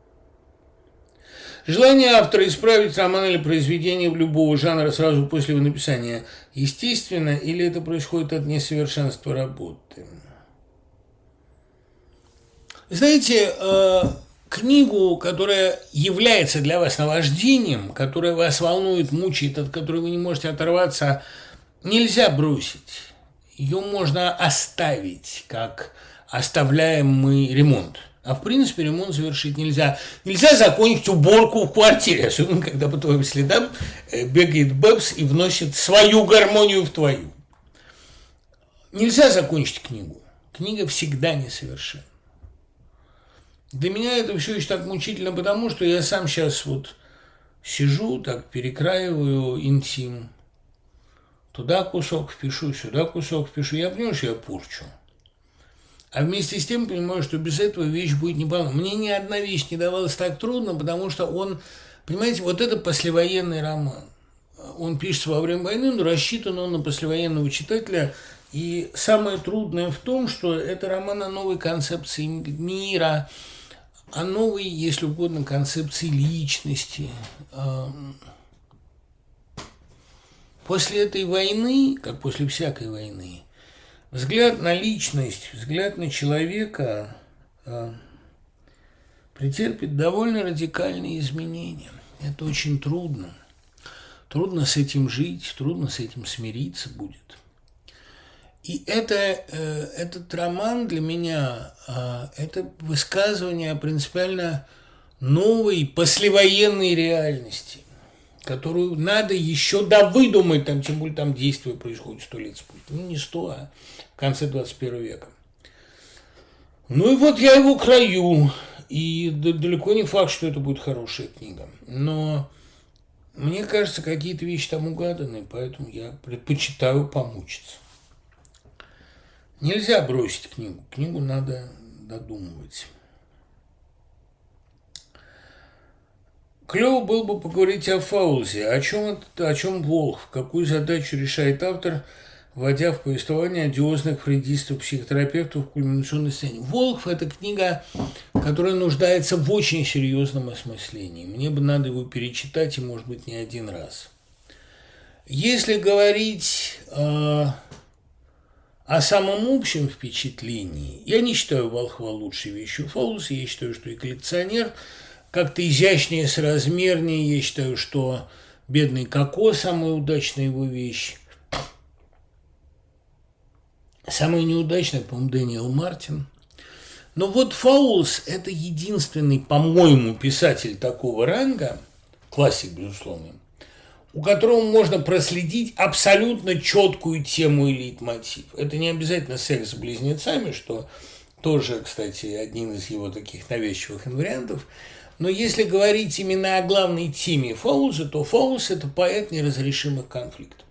Желание автора исправить роман или произведение в любого жанра сразу после его написания естественно, или это происходит от несовершенства работы? Знаете, э- книгу, которая является для вас наваждением, которая вас волнует, мучает, от которой вы не можете оторваться, нельзя бросить. Ее можно оставить, как оставляем мы ремонт. А в принципе ремонт завершить нельзя. Нельзя закончить уборку в квартире, особенно когда по твоим следам бегает Бэбс и вносит свою гармонию в твою. Нельзя закончить книгу. Книга всегда несовершенна. Для меня это все еще так мучительно, потому что я сам сейчас вот сижу, так перекраиваю интим. Туда кусок впишу, сюда кусок впишу. Я понимаю, что я порчу. А вместе с тем понимаю, что без этого вещь будет неполна. Мне ни одна вещь не давалась так трудно, потому что он, понимаете, вот это послевоенный роман. Он пишется во время войны, но рассчитан он на послевоенного читателя. И самое трудное в том, что это роман о новой концепции мира, о новой, если угодно, концепции личности. После этой войны, как после всякой войны, взгляд на личность, взгляд на человека претерпит довольно радикальные изменения. Это очень трудно. Трудно с этим жить, трудно с этим смириться будет. И это, этот роман для меня – это высказывание о принципиально новой послевоенной реальности, которую надо еще довыдумать, там, тем более там действие происходит сто лет спустя. Ну, не сто, а в конце двадцать первого века. Ну и вот я его краю, и далеко не факт, что это будет хорошая книга. Но мне кажется, какие-то вещи там угаданы, поэтому я предпочитаю помучиться. Нельзя бросить книгу. Книгу надо додумывать. Клево было бы поговорить о Фаулзе. О чем, это, о чем Волхв? Какую задачу решает автор, вводя в повествование одиозных фрейдистов, психотерапевтов в кульминационной сцене? Волхв – это книга, которая нуждается в очень серьезном осмыслении. Мне бы надо его перечитать, и, может быть, не один раз. Если говорить о... О самом общем впечатлении, я не считаю Волхва лучшей вещью Фаулза, я считаю, что и коллекционер как-то изящнее, соразмернее, я считаю, что «Бедный Коко» – самая удачная его вещь. Самая неудачная, по-моему, Дэниел Мартин. Но вот Фаулз – это единственный, по-моему, писатель такого ранга, классик, безусловно, у которого можно проследить абсолютно четкую тему и лейтмотив. Это не обязательно секс с близнецами, что тоже, кстати, один из его таких навязчивых инвариантов. Но если говорить именно о главной теме Фаулза, то Фаулз – это поэт неразрешимых конфликтов.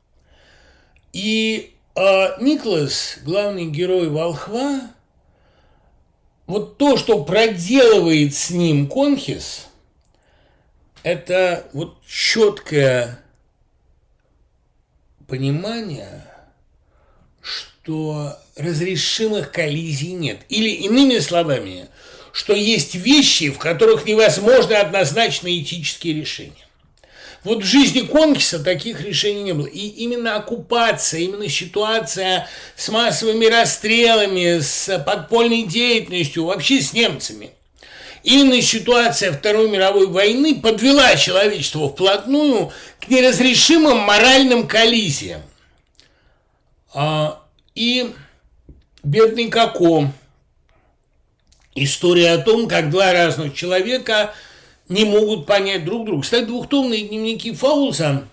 И э, Никлас, главный герой «Волхва», вот то, что проделывает с ним Конхис, это вот четкое понимание, что разрешимых коллизий нет. Или, иными словами, что есть вещи, в которых невозможны однозначные этические решения. Вот в жизни Конкиса таких решений не было. И именно оккупация, именно ситуация с массовыми расстрелами, с подпольной деятельностью, вообще с немцами, именно ситуация Второй мировой войны подвела человечество вплотную к неразрешимым моральным коллизиям. И «Бедный Коко» – история о том, как два разных человека не могут понять друг друга. Кстати, двухтомные дневники Фоулса,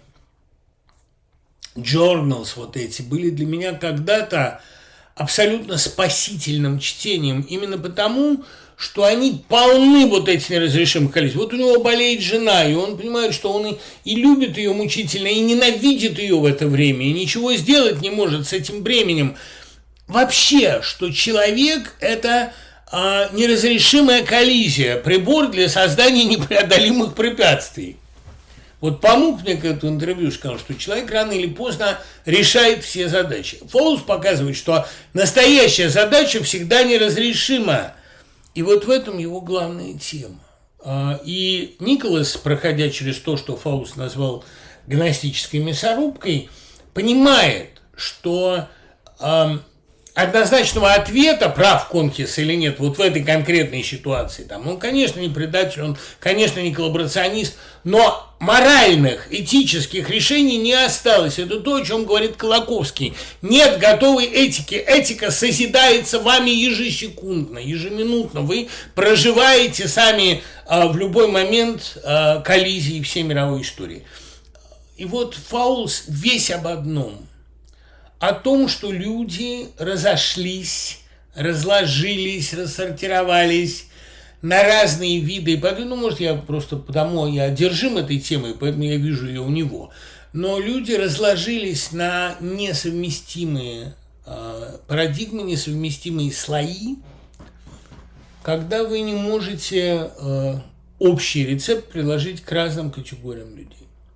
journals вот эти, были для меня когда-то абсолютно спасительным чтением. Именно потому, что они полны вот этих неразрешимых коллизий. Вот у него болеет жена, и он понимает, что он и, и любит ее мучительно, и ненавидит ее в это время, и ничего сделать не может с этим бременем. Вообще, что человек – это а, неразрешимая коллизия, прибор для создания непреодолимых препятствий. Вот Памук мне как-то в интервью сказал, что человек рано или поздно решает все задачи. Фоулс показывает, что настоящая задача всегда неразрешима. И вот в этом его главная тема. И Николас, проходя через то, что Фоулс назвал гностической мясорубкой, понимает, что однозначного ответа, прав Конкис или нет, вот в этой конкретной ситуации, там, он, конечно, не предатель, он, конечно, не коллаборационист, но моральных, этических решений не осталось. Это то, о чем говорит Колоковский. Нет готовой этики. Этика созидается вами ежесекундно, ежеминутно. Вы проживаете сами а, в любой момент а, коллизии всей мировой истории. И вот Фоулс весь об одном. О том, что люди разошлись, разложились, рассортировались на разные виды. Ну, может, я просто потому я одержим этой темой, поэтому я вижу ее у него. Но люди разложились на несовместимые э, парадигмы, несовместимые слои, когда вы не можете э, общий рецепт приложить к разным категориям людей.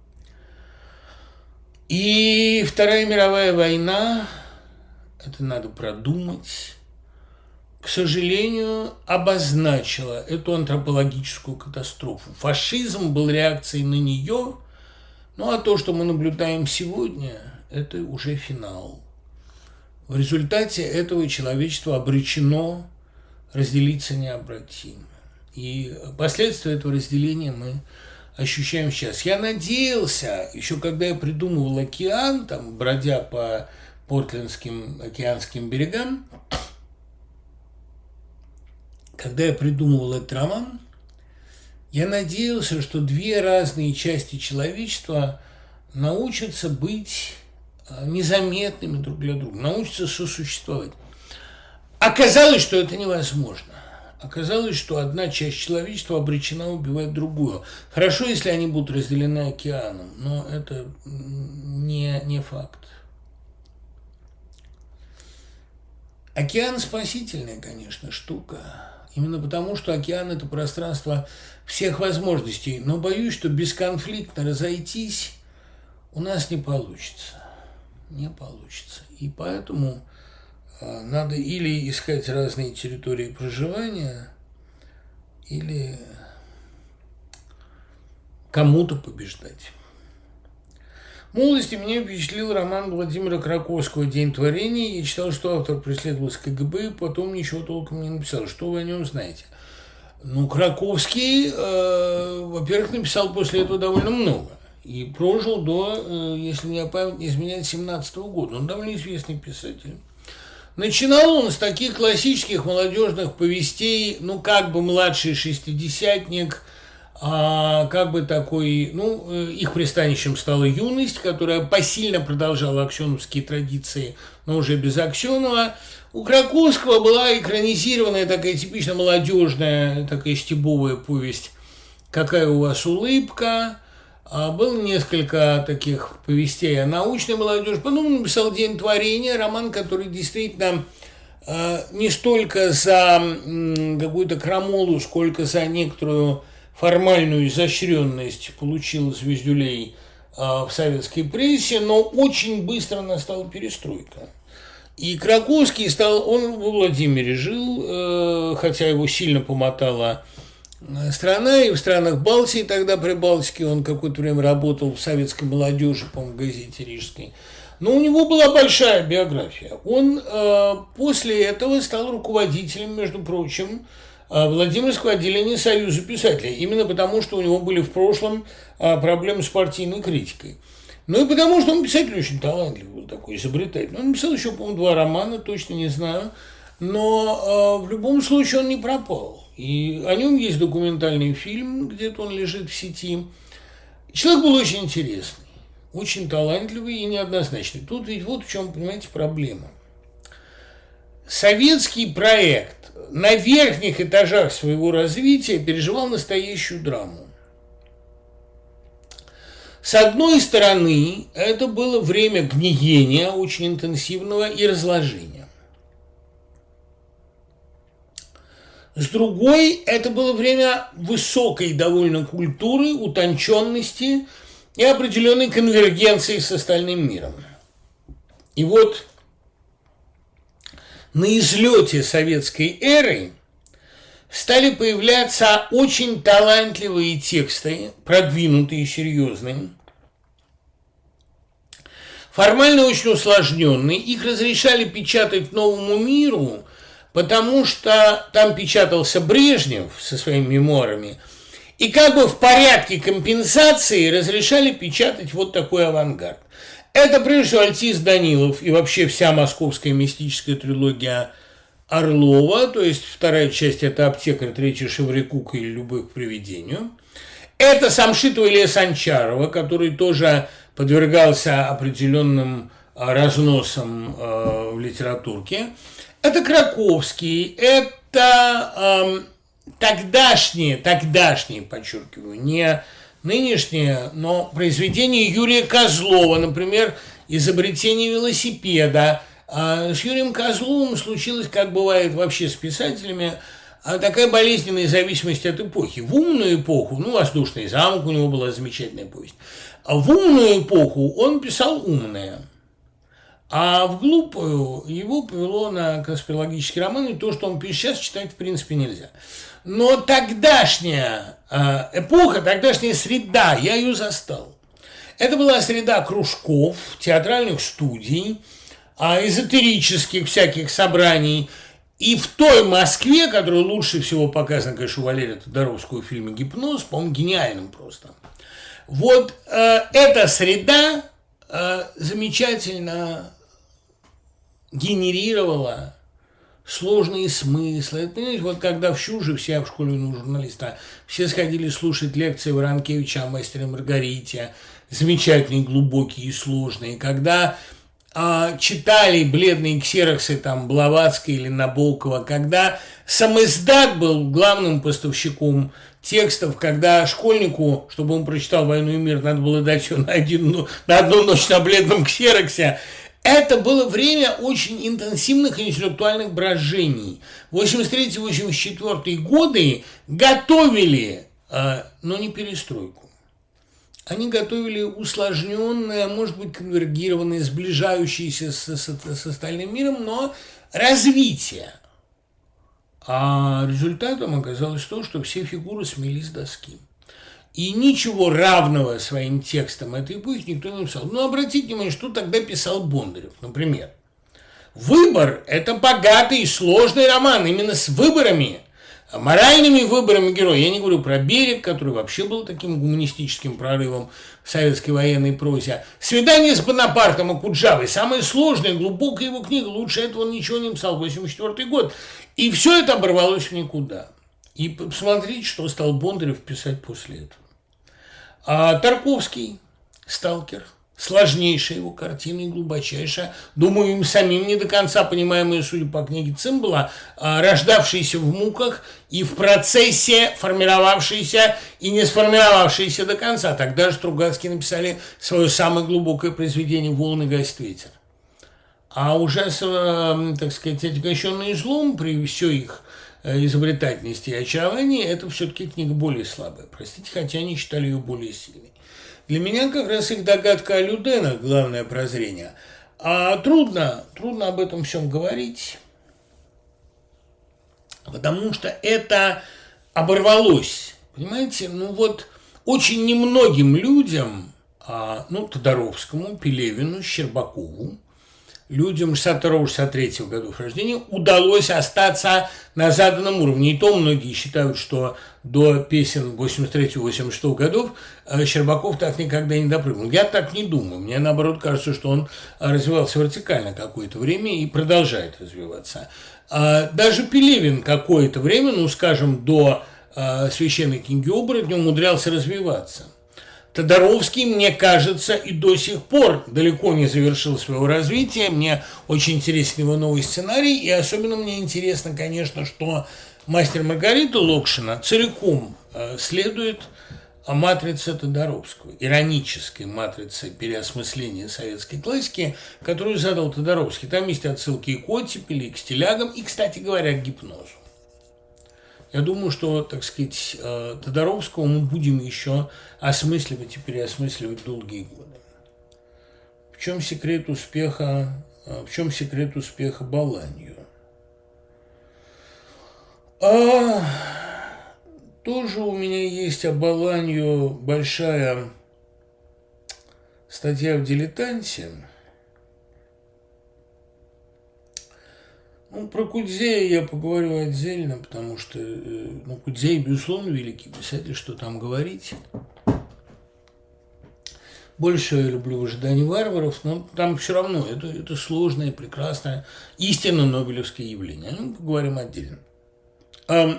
И Вторая мировая война, это надо продумать, к сожалению, обозначила эту антропологическую катастрофу. Фашизм был реакцией на нее, ну а то, что мы наблюдаем сегодня, это уже финал. В результате этого человечество обречено разделиться необратимо. И последствия этого разделения мы ощущаем сейчас. Я надеялся, еще когда я придумывал «Океан», там, бродя по портлендским океанским берегам, когда я придумывал этот роман, я надеялся, что две разные части человечества научатся быть незаметными друг для друга, научатся сосуществовать. Оказалось, что это невозможно. Оказалось, что одна часть человечества обречена убивать другую. Хорошо, если они будут разделены океаном, но это не, не факт. Океан спасительная, конечно, штука. Именно потому, что океан – это пространство всех возможностей. Но боюсь, что бесконфликтно разойтись у нас не получится. Не получится. И поэтому надо или искать разные территории проживания, или кому-то побеждать. В молодости меня впечатлил роман Владимира Краковского «День творения». Я читал, что автор преследовался КГБ, потом ничего толком не написал. Что вы о нем знаете? Ну, Краковский, э, во-первых, написал после этого довольно много. И прожил до, э, если меня память не изменяет, семнадцатого года. Он довольно известный писатель. Начинал он с таких классических молодежных повестей, ну, как бы младший шестидесятник, а как бы такой, ну, их пристанищем стала юность, которая посильно продолжала аксеновские традиции, но уже без Аксенова. У Краковского была экранизированная такая типично молодежная, такая стебовая повесть «Какая у вас улыбка». Было несколько таких повестей о научной молодежи. Потом он написал «День творения», роман, который действительно не столько за какую-то крамолу, сколько за некоторую формальную изощренность получил звездюлей в советской прессе, но очень быстро настала перестройка. И Краковский стал, он во Владимире жил, хотя его сильно помотала страна, и в странах Балтии, тогда при Балтике он какое-то время работал в советской молодежи, по-моему, в газете Рижской. Но у него была большая биография. Он после этого стал руководителем, между прочим, Владимирского отделения Союза писателей, именно потому, что у него были в прошлом проблемы с партийной критикой. Ну и потому, что он писатель очень талантливый, был такой изобретательный. Он написал еще, по-моему, два романа, точно не знаю. Но э, в любом случае он не пропал. И о нем есть документальный фильм, где-то он лежит в сети. Человек был очень интересный, очень талантливый и неоднозначный. Тут ведь вот в чем, понимаете, проблема. Советский проект на верхних этажах своего развития переживал настоящую драму. С одной стороны, это было время гниения очень интенсивного и разложения. С другой, это было время высокой довольно культуры, утонченности и определенной конвергенции с остальным миром. И вот на излете советской эры стали появляться очень талантливые тексты, продвинутые и серьезные, формально очень усложненные. Их разрешали печатать «Новому миру», потому что там печатался Брежнев со своими мемуарами, и как бы в порядке компенсации разрешали печатать вот такой авангард. Это, прежде всего, Альтис Данилов и вообще вся московская мистическая трилогия Орлова, то есть вторая часть – это «Аптекарь», третья – «Шеврикука» или «Любовь к привидению». Это Самшитова Илья Санчарова, который тоже подвергался определенным разносам э, в литературке. Это Краковский, это э, тогдашние, тогдашние, подчеркиваю, не нынешние, но произведения Юрия Козлова, например, «Изобретение велосипеда». С Юрием Козловым случилось, как бывает вообще с писателями, такая болезненная зависимость от эпохи. В умную эпоху, ну, «Воздушный замок» у него была замечательная повесть, а в умную эпоху он писал умное, а в глупую его повело на конспирологический роман, и то, что он пишет сейчас, читать в принципе нельзя. Но тогдашняя эпоха, тогдашняя среда, я ее застал. Это была среда кружков, театральных студий, эзотерических всяких собраний. И в той Москве, которая лучше всего показана, конечно, у Валерия Тодоровского в фильме «Гипноз», по-моему, гениальным просто. Вот э, эта среда э, замечательно генерировала сложные смыслы. Это, понимаете, вот когда в Щуже, все в школе ну, журналиста, все сходили слушать лекции Воронкевича о «Мастере и Маргарите», замечательные, глубокие и сложные, когда а, читали бледные ксероксы там Блаватской или Набокова, когда самиздат был главным поставщиком текстов, когда школьнику, чтобы он прочитал «Войну и мир», надо было дать ее на, один, на одну ночь на бледном ксероксе. Это было время очень интенсивных интеллектуальных брожений. восемьдесят третий - восемьдесят четвёртый годы готовили, но не перестройку. Они готовили усложненное, может быть, конвергированное, сближающееся с, с, с остальным миром, но развитие. А результатом оказалось то, что все фигуры смели с доски. И ничего равного своим текстам этой эпохи никто не написал. Ну, обратите внимание, что тогда писал Бондарев, например. «Выбор» – это богатый и сложный роман, именно с выборами, моральными выборами героя. Я не говорю про «Берег», который вообще был таким гуманистическим прорывом в советской военной прозе. «Свидание с Бонапартом» и Куджавой – самая сложная, глубокая его книга. Лучше этого он ничего не написал, восемьдесят четвёртый год. И все это оборвалось в никуда. И посмотрите, что стал Бондарев писать после этого. А Тарковский, «Сталкер», сложнейшая его картина и глубочайшая, думаю, им самим не до конца понимаемая, судя по книге Цимбала, рождавшаяся в муках и в процессе формировавшаяся и не сформировавшаяся до конца. Тогда же Стругацкие написали свое самое глубокое произведение «Волны гасит ветер». А уже, так сказать, отягощенный злом при всей их изобретательности и очаровании, это все-таки книга более слабая. Простите, хотя они считали ее более сильной. Для меня как раз их догадка о Люденах – главное прозрение. А трудно, трудно об этом всем говорить, потому что это оборвалось. Понимаете, ну вот очень немногим людям, ну, Тодоровскому, Пелевину, Щербакову, людям шестьдесят второго — шестьдесят третьего годов рождения удалось остаться на заданном уровне. И то многие считают, что до песен восемьдесят третьего — восемьдесят шестого годов Щербаков так никогда не допрыгнул. Я так не думаю. Мне, наоборот, кажется, что он развивался вертикально какое-то время и продолжает развиваться. Даже Пелевин какое-то время, ну, скажем, до «Священной книги оборотня» умудрялся развиваться. Тодоровский, мне кажется, и до сих пор далеко не завершил своего развития. Мне очень интересен его новый сценарий, и особенно мне интересно, конечно, что «Мастер и Маргарита» Локшина целиком следует матрице Тодоровского, иронической матрице переосмысления советской классики, которую задал Тодоровский. Там есть отсылки и к оттепели, и к стилягам, и, кстати говоря, к гипнозу. Я думаю, что, так сказать, Тодоровского мы будем еще осмысливать и переосмысливать долгие годы. В чем секрет успеха, в чем секрет успеха Боланью? А, тоже у меня есть о Боланью большая статья в «Дилетанте». Ну, про Кудзея я поговорю отдельно, потому что, ну, Кудзей, безусловно, великий писатель, что там говорить. Больше я люблю «В ожидании варваров», но там все равно это, это сложное, прекрасное, истинно нобелевское явление. Ну, поговорим отдельно. А,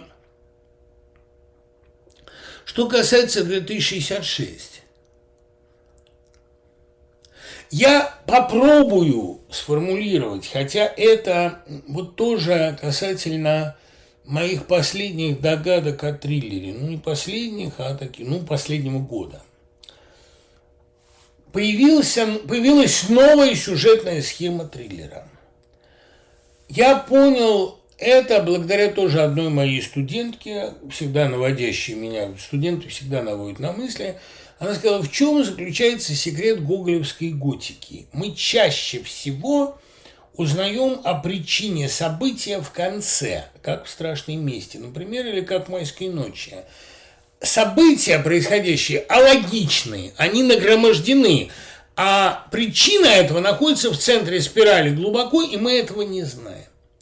что касается две тысячи шестьдесят шесть. Я попробую сформулировать, хотя это вот тоже касательно моих последних догадок о триллере. Ну, не последних, а таких, ну, последнего года. Появился, появилась новая сюжетная схема триллера. Я понял это благодаря тоже одной моей студентке, всегда наводящей меня, студенты всегда наводят на мысли. Она сказала, в чем заключается секрет гоголевской готики. Мы чаще всего узнаем о причине события в конце, как в «Страшной мести», например, или как в «Майской ночи». События, происходящие, алогичны, они нагромождены, а причина этого находится в центре спирали глубоко, и мы этого не знаем.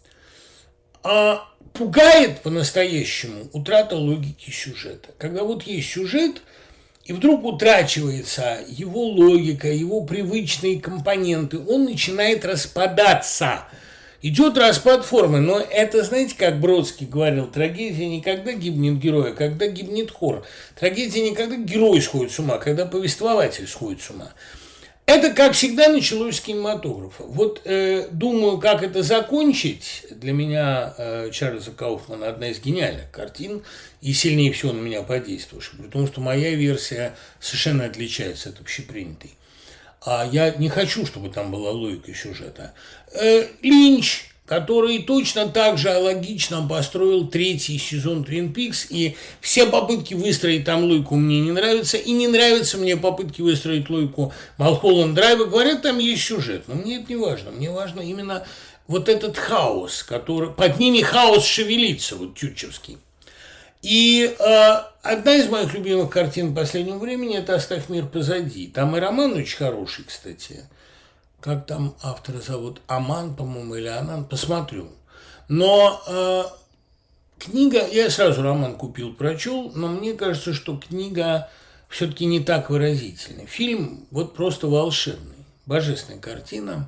А пугает по-настоящему утрата логики сюжета. Когда вот есть сюжет, и вдруг утрачивается его логика, его привычные компоненты, он начинает распадаться. Идет распад формы, но это, знаете, как Бродский говорил, трагедия никогда гибнет герой, а когда гибнет хор. Трагедия никогда герой сходит с ума, когда повествователь сходит с ума. Это, как всегда, началось с кинематографа. Вот э, думаю, как это закончить. Для меня э, Чарльза Кауфмана одна из гениальных картин и сильнее всего на меня подействовавшая, потому что моя версия совершенно отличается от общепринятой. А я не хочу, чтобы там была логика сюжета. Э, Линч, который точно так же логично построил третий сезон «Твин Пикс», и все попытки выстроить там логику мне не нравятся, и не нравятся мне попытки выстроить логику Малхолланд Драйва. Говорят, там есть сюжет, но мне это не важно. Мне важно именно вот этот хаос, который... Под ними хаос шевелится, вот тютчевский. И э, одна из моих любимых картин последнего времени – это «Оставь мир позади». Там и роман очень хороший, кстати. Как там автора зовут? Аман, по-моему, или Анан? Посмотрю. Но э, книга... Я сразу роман купил, прочел, но мне кажется, что книга все-таки не так выразительна. Фильм вот просто волшебный. Божественная картина.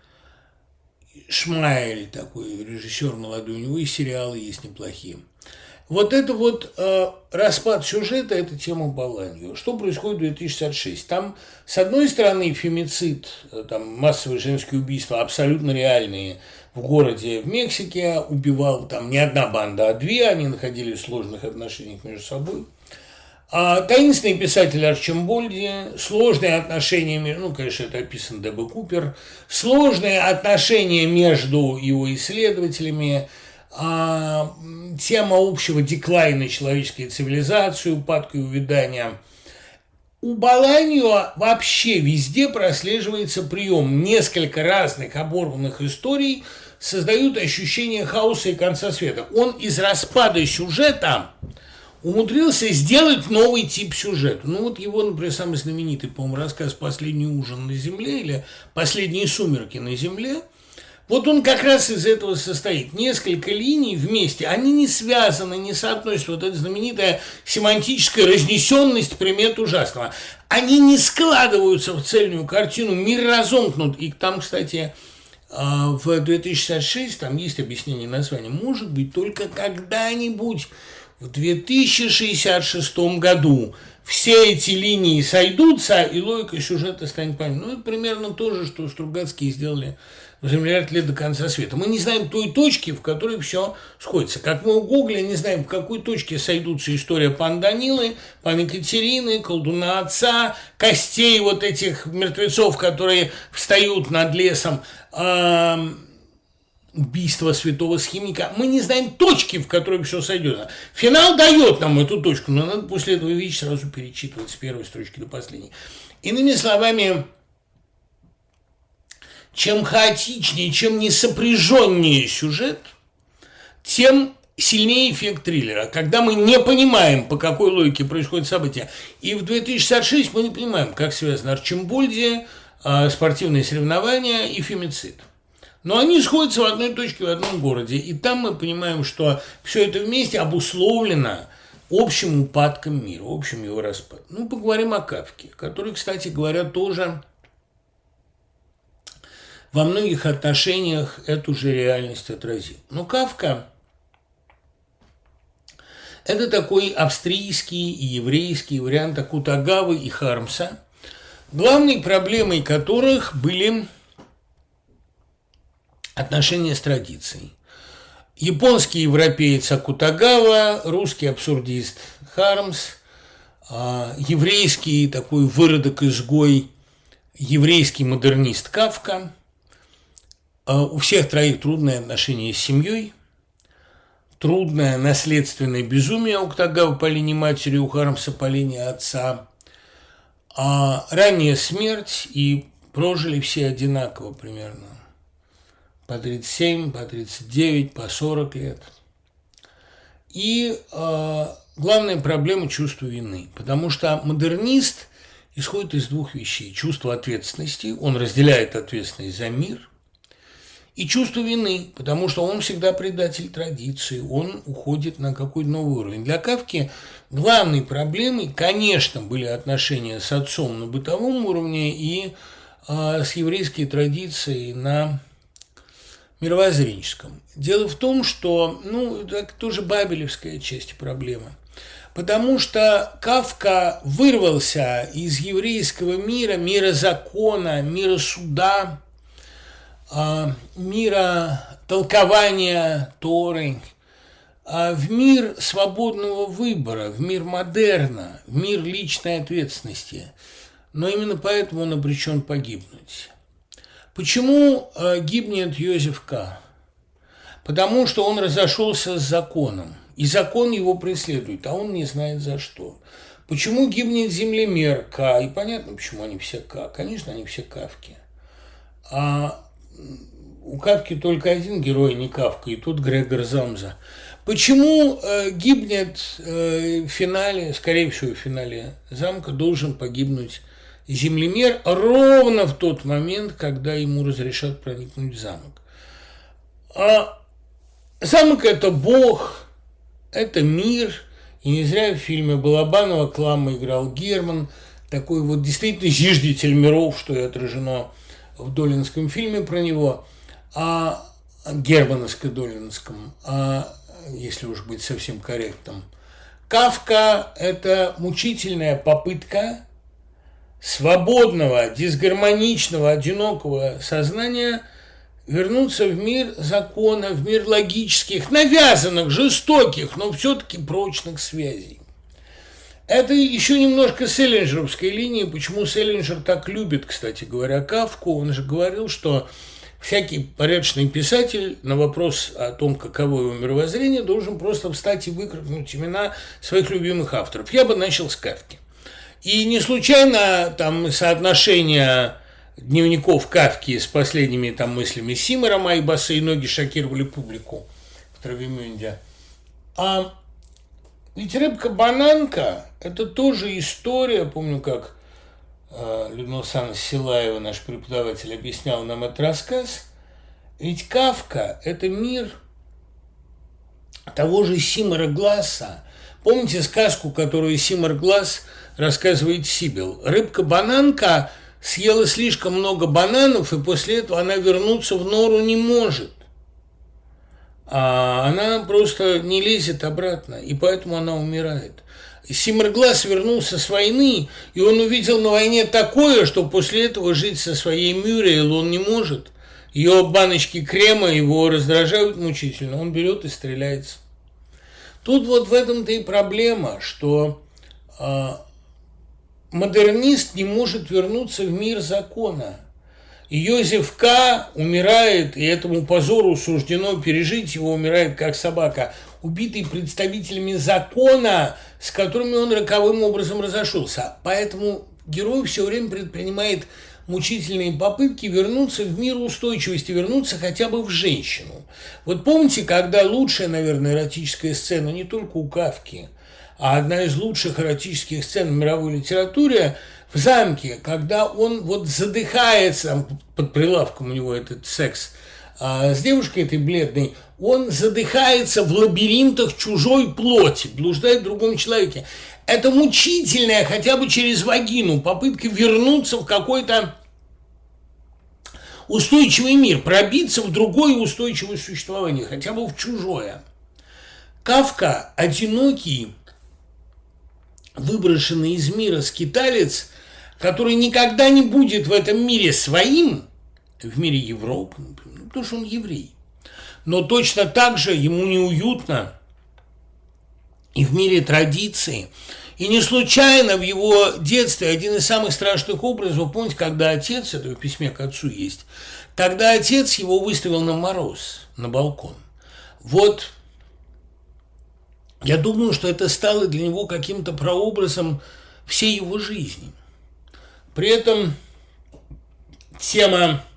Шмайль такой, режиссер молодой, у него и сериалы есть неплохие. Вот это вот э, распад сюжета – это тема Боланью. Что происходит в две тысячи шестьдесят шесть? Там, с одной стороны, фемицид, там, массовые женские убийства, абсолютно реальные, в городе в Мексике. Убивал там не одна банда, а две. Они находились в сложных отношениях между собой. А таинственный писатель Арчимбольди, сложные отношения, ну, конечно, это описан Д Б Купер, сложные отношения между его исследователями, а, тема общего деклайна человеческой цивилизации, упадка и увядания. у Боланьо вообще везде прослеживается прием. Несколько разных оборванных историй создают ощущение хаоса и конца света. Он из распада сюжета умудрился сделать новый тип сюжета. Ну вот его, например, самый знаменитый, по-моему, рассказ «Последний ужин на земле» или «Последние сумерки на земле». Вот он как раз из этого состоит. Несколько линий вместе, они не связаны, не соотносятся. Вот эта знаменитая семантическая разнесенность примет ужасного. Они не складываются в цельную картину, мир разомкнут. И там, кстати, в две тысячи шестьдесят шесть там есть объяснение названия. Может быть, только когда-нибудь в две тысячи шестьдесят шестом году все эти линии сойдутся, и логика сюжета станет понятной. Ну, это примерно то же, что Стругацкие сделали за миллиард лет до конца света. Мы не знаем той точки, в которой все сходится. Как мы у Гоголя не знаем, в какой точке сойдутся история пан Данилы, пан Екатерины, колдуна отца, костей вот этих мертвецов, которые встают над лесом, э, убийство святого схимника. Мы не знаем точки, в которой все сойдется. Финал дает нам эту точку, но надо после этого вещи сразу перечитывать с первой строчки до последней. Иными словами, чем хаотичнее, чем несопряженнее сюжет, тем сильнее эффект триллера. Когда мы не понимаем, по какой логике происходит событие. И в две тысячи шестьдесят шестом мы не понимаем, как связаны Арчимбольди, спортивные соревнования и фемицид. Но они сходятся в одной точке в одном городе. И там мы понимаем, что все это вместе обусловлено общим упадком мира, общим его распадом. Ну, поговорим о Кафке, который, кстати говоря, тоже во многих отношениях эту же реальность отразил. Но Кафка – это такой австрийский и еврейский вариант Акутагавы и Хармса, главной проблемой которых были отношения с традицией. Японский европеец Акутагава, русский абсурдист Хармс, еврейский такой выродок-изгой, еврейский модернист Кафка. У всех троих трудные отношения с семьей, трудное наследственное безумие у Акутагавы по линии матери, у Хармса по линии отца, а ранняя смерть, и прожили все одинаково примерно. По тридцать семь, по тридцать девять, по сорок лет. И э, главная проблема – чувство вины. Потому что модернист исходит из двух вещей. Чувство ответственности, он разделяет ответственность за мир, и чувство вины, потому что он всегда предатель традиции, он уходит на какой-то новый уровень. Для Кафки главной проблемой, конечно, были отношения с отцом на бытовом уровне и э, с еврейской традицией на мировоззренческом. Дело в том, что, ну, это тоже бабелевская часть проблемы. Потому что Кафка вырвался из еврейского мира, мира закона, мира суда, мира толкования Торы, в мир свободного выбора, в мир модерна, в мир личной ответственности. Но именно поэтому он обречен погибнуть. Почему гибнет Йозеф К? Потому что он разошелся с законом, и закон его преследует, а он не знает за что. Почему гибнет землемер К? И понятно, почему они все К. Конечно, они все Кафки. А у Кафки только один герой, не Кафка, и тут Грегор Замза. Почему э, гибнет э, в финале, скорее всего, в финале замка должен погибнуть землемер ровно в тот момент, когда ему разрешат проникнуть в замок? А замок – это Бог, это мир, и не зря в фильме Балабанова Клама играл Герман, такой вот действительно зиждитель миров, что и отражено в долинском фильме про него, а германовско-долинском, а если уж быть совсем корректным. Кафка – это мучительная попытка свободного, дисгармоничного, одинокого сознания вернуться в мир закона, в мир логических, навязанных, жестоких, но все-таки прочных связей. Это еще немножко селлинджеровской линии. Почему Селлинджер так любит, кстати говоря, Кафку? Он же говорил, что всякий порядочный писатель на вопрос о том, каково его мировоззрение, должен просто встать и выкрикнуть имена своих любимых авторов. Я бы начал с Кафки. И не случайно там соотношение дневников Кафки с последними там мыслями Симора «Мои босые ноги шокировали публику» в Травемюнде. А ведь «Рыбка-бананка» – это тоже история, помню, как э, Людмила Александровна Силаева, наш преподаватель, объяснял нам этот рассказ. Ведь Кафка – это мир того же Симора Гласса. Помните сказку, которую Симор Гласс рассказывает Сибил? Рыбка-бананка съела слишком много бананов, и после этого она вернуться в нору не может. А она просто не лезет обратно, и поэтому она умирает. Симор Гласс вернулся с войны, и он увидел на войне такое, что после этого жить со своей Мюриэл он не может. Ее баночки крема его раздражают мучительно, он берет и стреляется. Тут вот в этом-то и проблема, что э, модернист не может вернуться в мир закона. И Йозеф К. умирает, и этому позору суждено пережить, его умирает как собака, убитый представителями закона, с которыми он роковым образом разошелся. Поэтому герой все время предпринимает мучительные попытки вернуться в мир устойчивости, вернуться хотя бы в женщину. Вот помните, когда лучшая, наверное, эротическая сцена не только у Кафки, а одна из лучших эротических сцен в мировой литературе в замке, когда он вот задыхается, под прилавком у него этот секс а, с девушкой этой бледной, он задыхается в лабиринтах чужой плоти, блуждает в другом человеке. Это мучительная, хотя бы через вагину, попытка вернуться в какой-то устойчивый мир, пробиться в другое устойчивое существование, хотя бы в чужое. Кафка – одинокий, выброшенный из мира скиталец, который никогда не будет в этом мире своим, в мире Европы, например, потому что он еврей. Но точно так же ему неуютно и в мире традиции. И не случайно в его детстве один из самых страшных образов, помните, когда отец, это в письме к отцу есть, тогда отец его выставил на мороз, на балкон. Вот я думаю, что это стало для него каким-то прообразом всей его жизни. При этом тема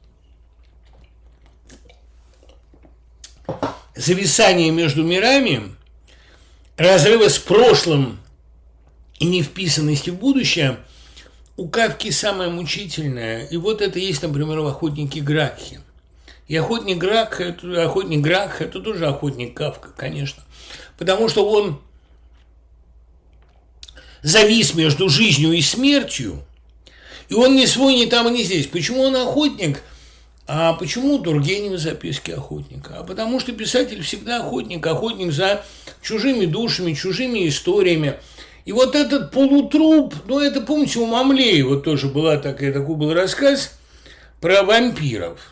зависания между мирами, разрыва с прошлым и невписанности в будущее у Кафки самое мучительное. И вот это есть, например, в «Охотнике Гракхе». И охотник Гракх, это, охотник Гракх – это тоже охотник Кафка, конечно. Потому что он завис между жизнью и смертью, и он не свой, ни там, и не здесь. Почему он охотник? А почему Тургенев записки охотника? А потому что писатель всегда охотник, охотник за чужими душами, чужими историями. И вот этот полутруп, ну это, помните, у Мамлеева тоже была такая, такой был рассказ про вампиров,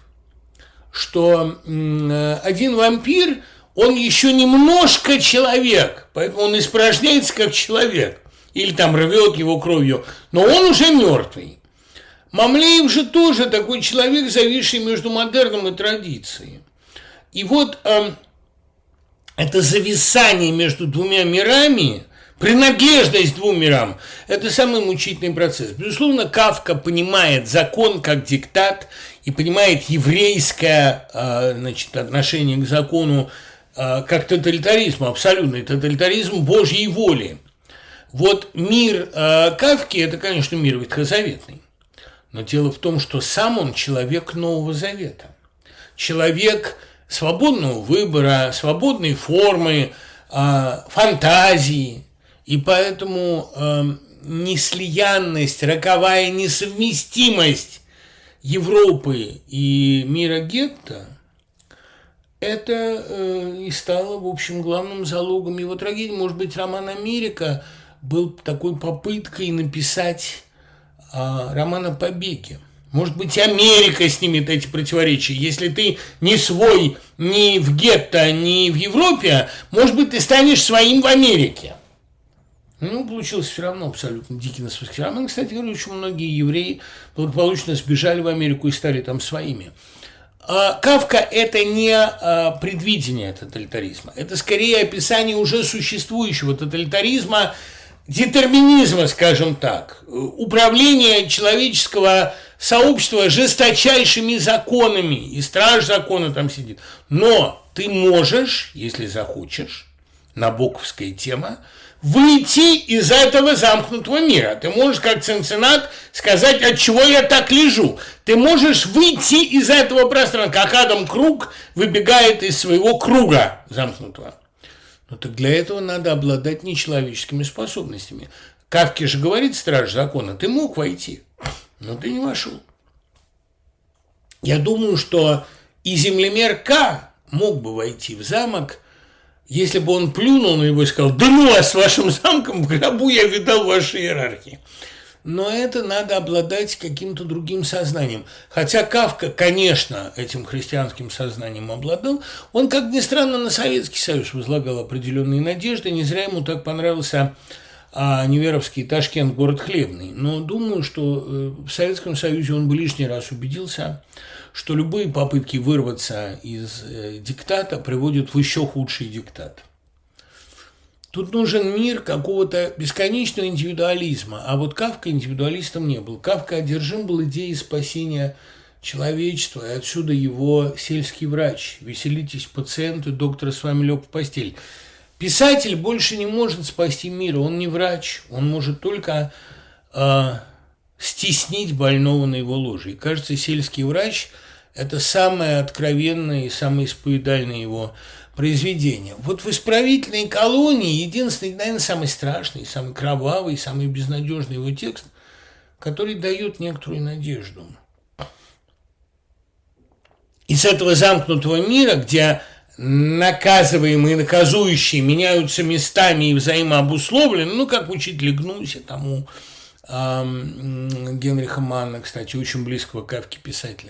что один вампир, он еще немножко человек, поэтому он испражняется как человек, или там рвет его кровью, но он уже мертвый. Мамлеев же тоже такой человек, зависший между модерном и традицией. И вот э, это зависание между двумя мирами, принадлежность двум мирам – это самый мучительный процесс. Безусловно, Кафка понимает закон как диктат и понимает еврейское э, значит, отношение к закону э, как тоталитаризм, абсолютный тоталитаризм Божьей воли. Вот мир э, Кафки – это, конечно, мир ветхозаветный. Но дело в том, что сам он человек Нового Завета. Человек свободного выбора, свободной формы, э, фантазии. И поэтому э, неслиянность, роковая несовместимость Европы и мира гетто – это э, и стало, в общем, главным залогом его трагедии. Может быть, роман «Америка» был такой попыткой написать э, роман о побеге. Может быть, Америка снимет эти противоречия. Если ты не свой ни в гетто, ни в Европе, может быть, ты станешь своим в Америке. Ну, получился все равно абсолютно диккенсовский роман. Кстати говоря, очень многие евреи благополучно сбежали в Америку и стали там своими. Кафка – это не предвидение тоталитаризма. Это скорее описание уже существующего тоталитаризма детерминизма, скажем так, управления человеческого сообщества жесточайшими законами, и страж закона там сидит. Но ты можешь, если захочешь, набоковская тема, выйти из этого замкнутого мира. Ты можешь, как Цинциннат, сказать, от чего я так лежу. Ты можешь выйти из этого пространства, как Адам Круг выбегает из своего круга замкнутого. Но так для этого надо обладать нечеловеческими способностями. Кафке же говорит страж закона, ты мог войти, но ты не вошел. Я думаю, что и землемер К мог бы войти в замок, если бы он плюнул на него и сказал, да ну вас с вашим замком, в гробу я видал ваши иерархии. Но это надо обладать каким-то другим сознанием. Хотя Кафка, конечно, этим христианским сознанием обладал, он, как ни странно, на Советский Союз возлагал определенные надежды. Не зря ему так понравился а, Неверовский Ташкент, город хлебный. Но думаю, что в Советском Союзе он бы лишний раз убедился, что любые попытки вырваться из э, диктата приводят в еще худший диктат. Тут нужен мир какого-то бесконечного индивидуализма, а вот Кафка индивидуалистом не был. Кафка одержим был идеей спасения человечества, и отсюда его сельский врач. Веселитесь, пациенты, доктор с вами лег в постель. Писатель больше не может спасти мир, он не врач, он может только э, стеснить больного на его ложе. И кажется, сельский врач – это самое откровенное и самое исповедальное его произведение. Вот в «Исправительной колонии» единственный, наверное, самый страшный, самый кровавый, самый безнадежный его текст, который дает некоторую надежду. Из этого замкнутого мира, где наказываемые и наказующие меняются местами и взаимообусловлены, ну, как в «Учителе Гнусе», тому э, Генриха Манна, кстати, очень близкого к Кафке писателя.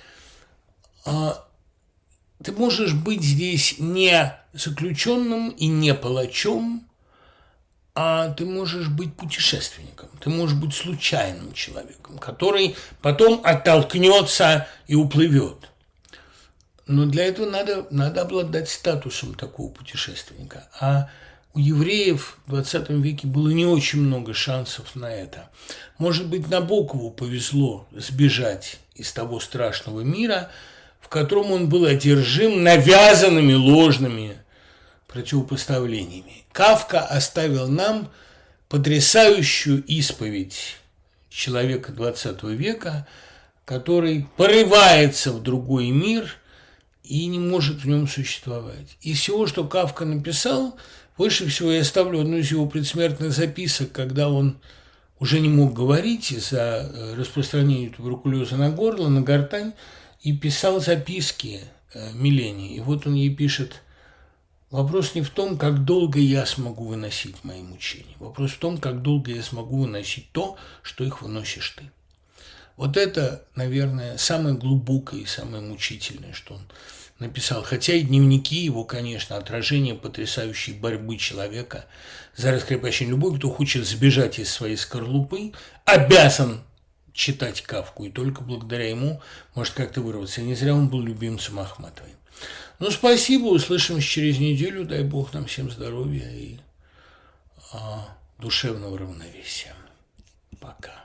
Ты можешь быть здесь не заключенным и не палачом, а ты можешь быть путешественником, ты можешь быть случайным человеком, который потом оттолкнется и уплывет. Но для этого надо, надо обладать статусом такого путешественника. А у евреев в двадцатом веке было не очень много шансов на это. Может быть, Набокову повезло сбежать из того страшного мира, в котором он был одержим навязанными ложными противопоставлениями. Кафка оставил нам потрясающую исповедь человека двадцатого века, который порывается в другой мир и не может в нем существовать. Из всего, что Кафка написал, больше всего я ставлю одну из его предсмертных записок, когда он уже не мог говорить из-за распространения туберкулеза на горло, на гортань, и писал записки Милене. И вот он ей пишет: вопрос не в том, как долго я смогу выносить мои мучения. Вопрос в том, как долго я смогу выносить то, что их выносишь ты. Вот это, наверное, самое глубокое и самое мучительное, что он написал. Хотя и дневники его, конечно, отражение потрясающей борьбы человека за раскрепощение. Любой, кто хочет сбежать из своей скорлупы, обязан читать Кафку, и только благодаря ему может как-то вырваться. И не зря он был любимцем Ахматовой. Ну, спасибо, услышимся через неделю. Дай Бог нам всем здоровья и а, душевного равновесия. Пока.